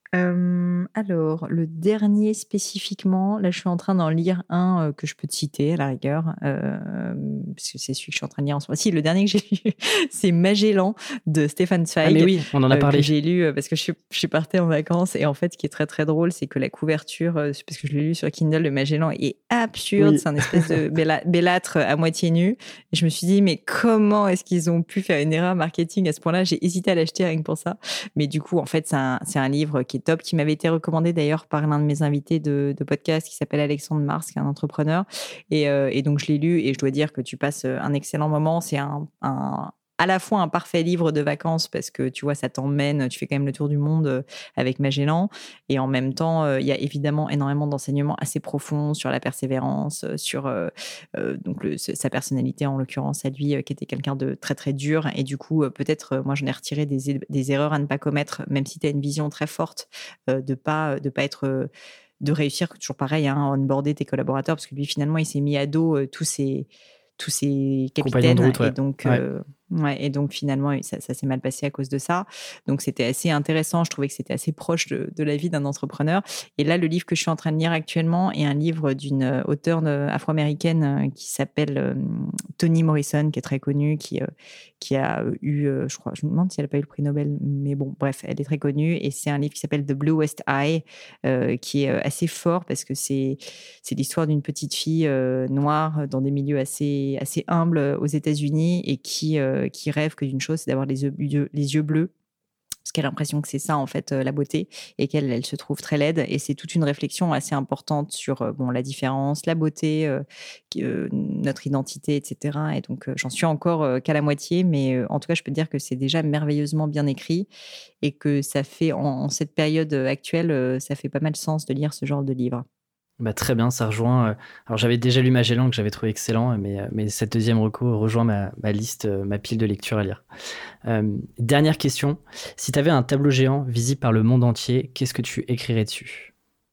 Euh, alors, le dernier spécifiquement, là, je suis en train d'en lire un euh, que je peux te citer à la rigueur, euh, parce que c'est celui que je suis en train de lire en ce moment. Si, le dernier que j'ai lu, c'est Magellan de Stefan Ah mais Zweig, oui, on en a euh, que parlé. j'ai lu euh, parce que je suis, je suis partie en vacances. Et en fait, ce qui est très très drôle, c'est que la couverture, euh, parce que je l'ai lu sur Kindle, le Magellan est absurde. Oui. C'est un espèce de béla- bellâtre à moitié nu. Et je me suis dit, mais comment est-ce qu'ils ont pu faire une erreur marketing à ce point-là? J'ai hésité à l'acheter rien que pour ça. Mais du coup, en fait, c'est un, c'est un livre qui est top, qui m'avait été recommandé d'ailleurs par l'un de mes invités de, de podcast qui s'appelle Alexandre Mars, qui est un entrepreneur. Et, euh, et donc, je l'ai lu et je dois dire que tu passes un excellent moment. C'est un, un à la fois un parfait livre de vacances parce que tu vois, ça t'emmène, tu fais quand même le tour du monde avec Magellan. Et en même temps, il euh, y a évidemment énormément d'enseignements assez profonds sur la persévérance, sur euh, euh, donc le, sa personnalité, en l'occurrence à lui, euh, qui était quelqu'un de très très dur. Et du coup, euh, peut-être, euh, moi, j'en ai retiré des, des erreurs à ne pas commettre, même si tu as une vision très forte, euh, de pas de pas être euh, de réussir, toujours pareil, hein, à onboarder tes collaborateurs, parce que lui, finalement, il s'est mis à dos euh, tous ses tous ces Compagnon de capitaines. route, Et ouais. donc, Ouais. euh, ouais, et donc finalement, ça, ça s'est mal passé à cause de ça. Donc, c'était assez intéressant. Je trouvais que c'était assez proche de, de la vie d'un entrepreneur. Et là, le livre que je suis en train de lire actuellement est un livre d'une auteure afro-américaine qui s'appelle euh, Toni Morrison, qui est très connue, qui, euh, qui a eu, euh, je crois, je me demande si elle n'a pas eu le prix Nobel, mais bon, bref, elle est très connue. Et c'est un livre qui s'appelle The Bluest Eye, euh, qui est assez fort parce que c'est, c'est l'histoire d'une petite fille euh, noire dans des milieux assez assez humble aux États-Unis, et qui, euh, qui rêve que d'une chose, c'est d'avoir les yeux, les yeux bleus, parce qu'elle a l'impression que c'est ça, en fait, euh, la beauté, et qu'elle elle se trouve très laide. Et c'est toute une réflexion assez importante sur euh, bon, la différence, la beauté, euh, euh, notre identité, et cetera. Et donc, euh, j'en suis encore euh, qu'à la moitié, mais euh, en tout cas, je peux te dire que c'est déjà merveilleusement bien écrit, et que ça fait, en, en cette période actuelle, euh, ça fait pas mal sens de lire ce genre de livre. Bah, très bien, ça rejoint. euh, Alors, j'avais déjà lu Magellan que j'avais trouvé excellent, mais, euh, mais cette deuxième reco rejoint ma, ma liste, euh, ma pile de lecture à lire. Euh, dernière question. Si tu avais un tableau géant visible par le monde entier, qu'est-ce que tu écrirais dessus?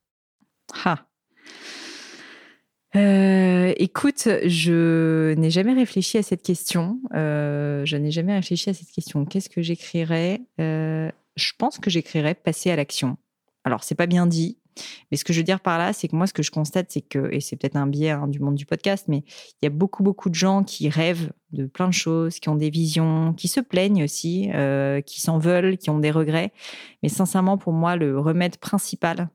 Ah. Euh, écoute, je n'ai jamais réfléchi à cette question. Euh, je n'ai jamais réfléchi à cette question. Qu'est-ce que j'écrirais? euh, Je pense que j'écrirais passer à l'action. Alors, c'est pas bien dit, mais ce que je veux dire par là, c'est que moi, ce que je constate, c'est que, et c'est peut-être un biais hein, du monde du podcast, mais il y a beaucoup, beaucoup de gens qui rêvent de plein de choses, qui ont des visions, qui se plaignent aussi, euh, qui s'en veulent, qui ont des regrets. Mais sincèrement, pour moi, le remède principal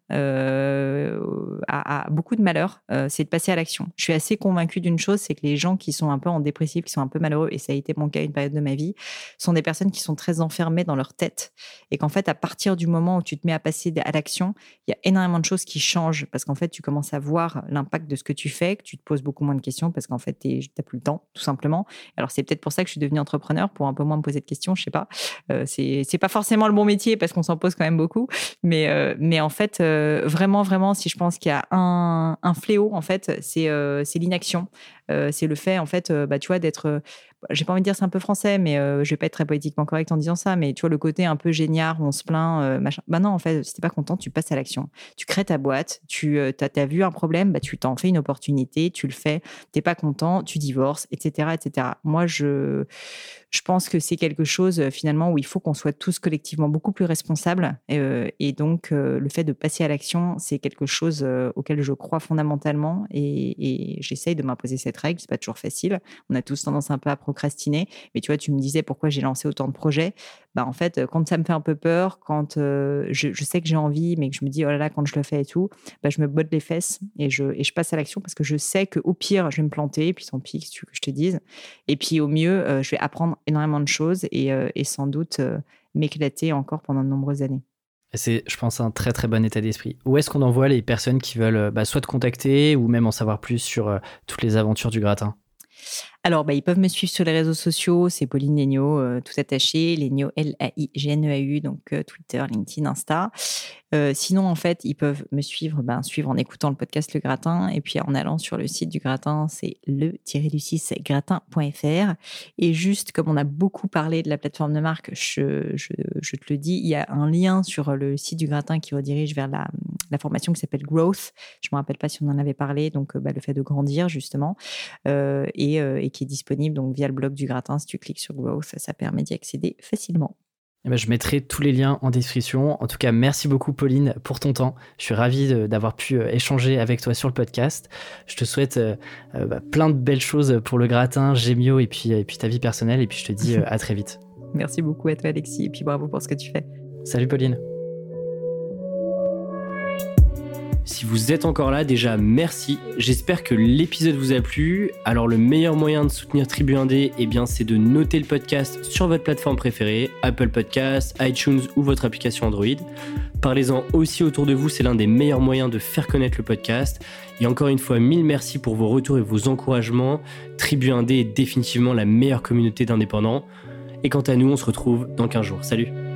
euh, à, à beaucoup de malheur, euh, c'est de passer à l'action. Je suis assez convaincue d'une chose, c'est que les gens qui sont un peu en dépressif, qui sont un peu malheureux, et ça a été mon cas à une période de ma vie, sont des personnes qui sont très enfermées dans leur tête. Et qu'en fait, à partir du moment où tu te mets à passer à l'action, il y a énormément de choses qui changent parce qu'en fait, tu commences à voir l'impact de ce que tu fais, que tu te poses beaucoup moins de questions parce qu'en fait, tu n'as plus le temps, tout simplement. Alors, c'est peut-être pour ça que je suis devenue entrepreneur, pour un peu moins me poser de questions, je sais pas. Euh, c'est, c'est pas forcément le bon métier parce qu'on s'en pose quand même beaucoup. Mais, euh, mais en fait, euh, vraiment, vraiment, si je pense qu'il y a un, un fléau, en fait, c'est, euh, c'est l'inaction. Euh, c'est le fait, en fait, euh, bah, tu vois, d'être... Euh, j'ai pas envie de dire c'est un peu français, mais euh, je vais pas être très politiquement correcte en disant ça, mais tu vois, le côté un peu géniard où on se plaint, euh, machin. Bah non, en fait, si t'es pas content, tu passes à l'action. Tu crées ta boîte, tu euh, t'as, t'as vu un problème, bah tu t'en fais une opportunité, tu le fais, t'es pas content, tu divorces, et cetera, et cetera. Moi, je, je pense que c'est quelque chose, euh, finalement, où il faut qu'on soit tous collectivement beaucoup plus responsables. Euh, et donc, euh, le fait de passer à l'action, c'est quelque chose euh, auquel je crois fondamentalement et, et j'essaye de m'imposer cette règle. C'est pas toujours facile. On a tous tendance un peu à procrastiner. Mais tu vois, tu me disais pourquoi j'ai lancé autant de projets. Bah, en fait, quand ça me fait un peu peur, quand euh, je, je sais que j'ai envie, mais que je me dis, oh là là, quand je le fais et tout, bah, je me botte les fesses et je, et je passe à l'action parce que je sais qu'au pire, je vais me planter, et puis tant pis, si tu veux que je te dise. Et puis au mieux, euh, je vais apprendre énormément de choses et, euh, et sans doute euh, m'éclater encore pendant de nombreuses années. C'est, je pense, un très très bon état d'esprit. Où est-ce qu'on envoie les personnes qui veulent bah, soit te contacter ou même en savoir plus sur euh, toutes les aventures du gratin ? Alors, bah, ils peuvent me suivre sur les réseaux sociaux. C'est Pauline Léniaud, euh, tout attaché. Léniaud, L A I G N E A U, donc euh, Twitter, LinkedIn, Insta. Euh, sinon, en fait, ils peuvent me suivre, ben, suivre en écoutant le podcast Le Gratin. Et puis, en allant sur le site du Gratin, c'est le du six gratin point f r. Et juste, comme on a beaucoup parlé de la plateforme de marque, je, je, je te le dis, il y a un lien sur le site du Gratin qui redirige vers la, la formation qui s'appelle Growth. Je ne me rappelle pas si on en avait parlé. Donc, bah, le fait de grandir, justement. Euh, et, euh, et qui est disponible donc, via le blog du Gratin. Si tu cliques sur Growth, ça, ça permet d'y accéder facilement. Eh ben, je mettrai tous les liens en description. En tout cas, merci beaucoup Pauline pour ton temps. Je suis ravi de, d'avoir pu euh, échanger avec toi sur le podcast. Je te souhaite euh, euh, bah, plein de belles choses pour le gratin, Gemio et puis, et puis ta vie personnelle. Et puis je te dis euh, à très vite. Merci beaucoup à toi Alexis et puis bravo pour ce que tu fais. Salut Pauline. Si vous êtes encore là, déjà merci. J'espère que l'épisode vous a plu. Alors le meilleur moyen de soutenir Tribu Indé, eh bien, c'est de noter le podcast sur votre plateforme préférée, Apple Podcasts, iTunes ou votre application Android. Parlez-en aussi autour de vous, c'est l'un des meilleurs moyens de faire connaître le podcast. Et encore une fois, mille merci pour vos retours et vos encouragements. Tribu Indé est définitivement la meilleure communauté d'indépendants. Et quant à nous, on se retrouve dans quinze jours. Salut!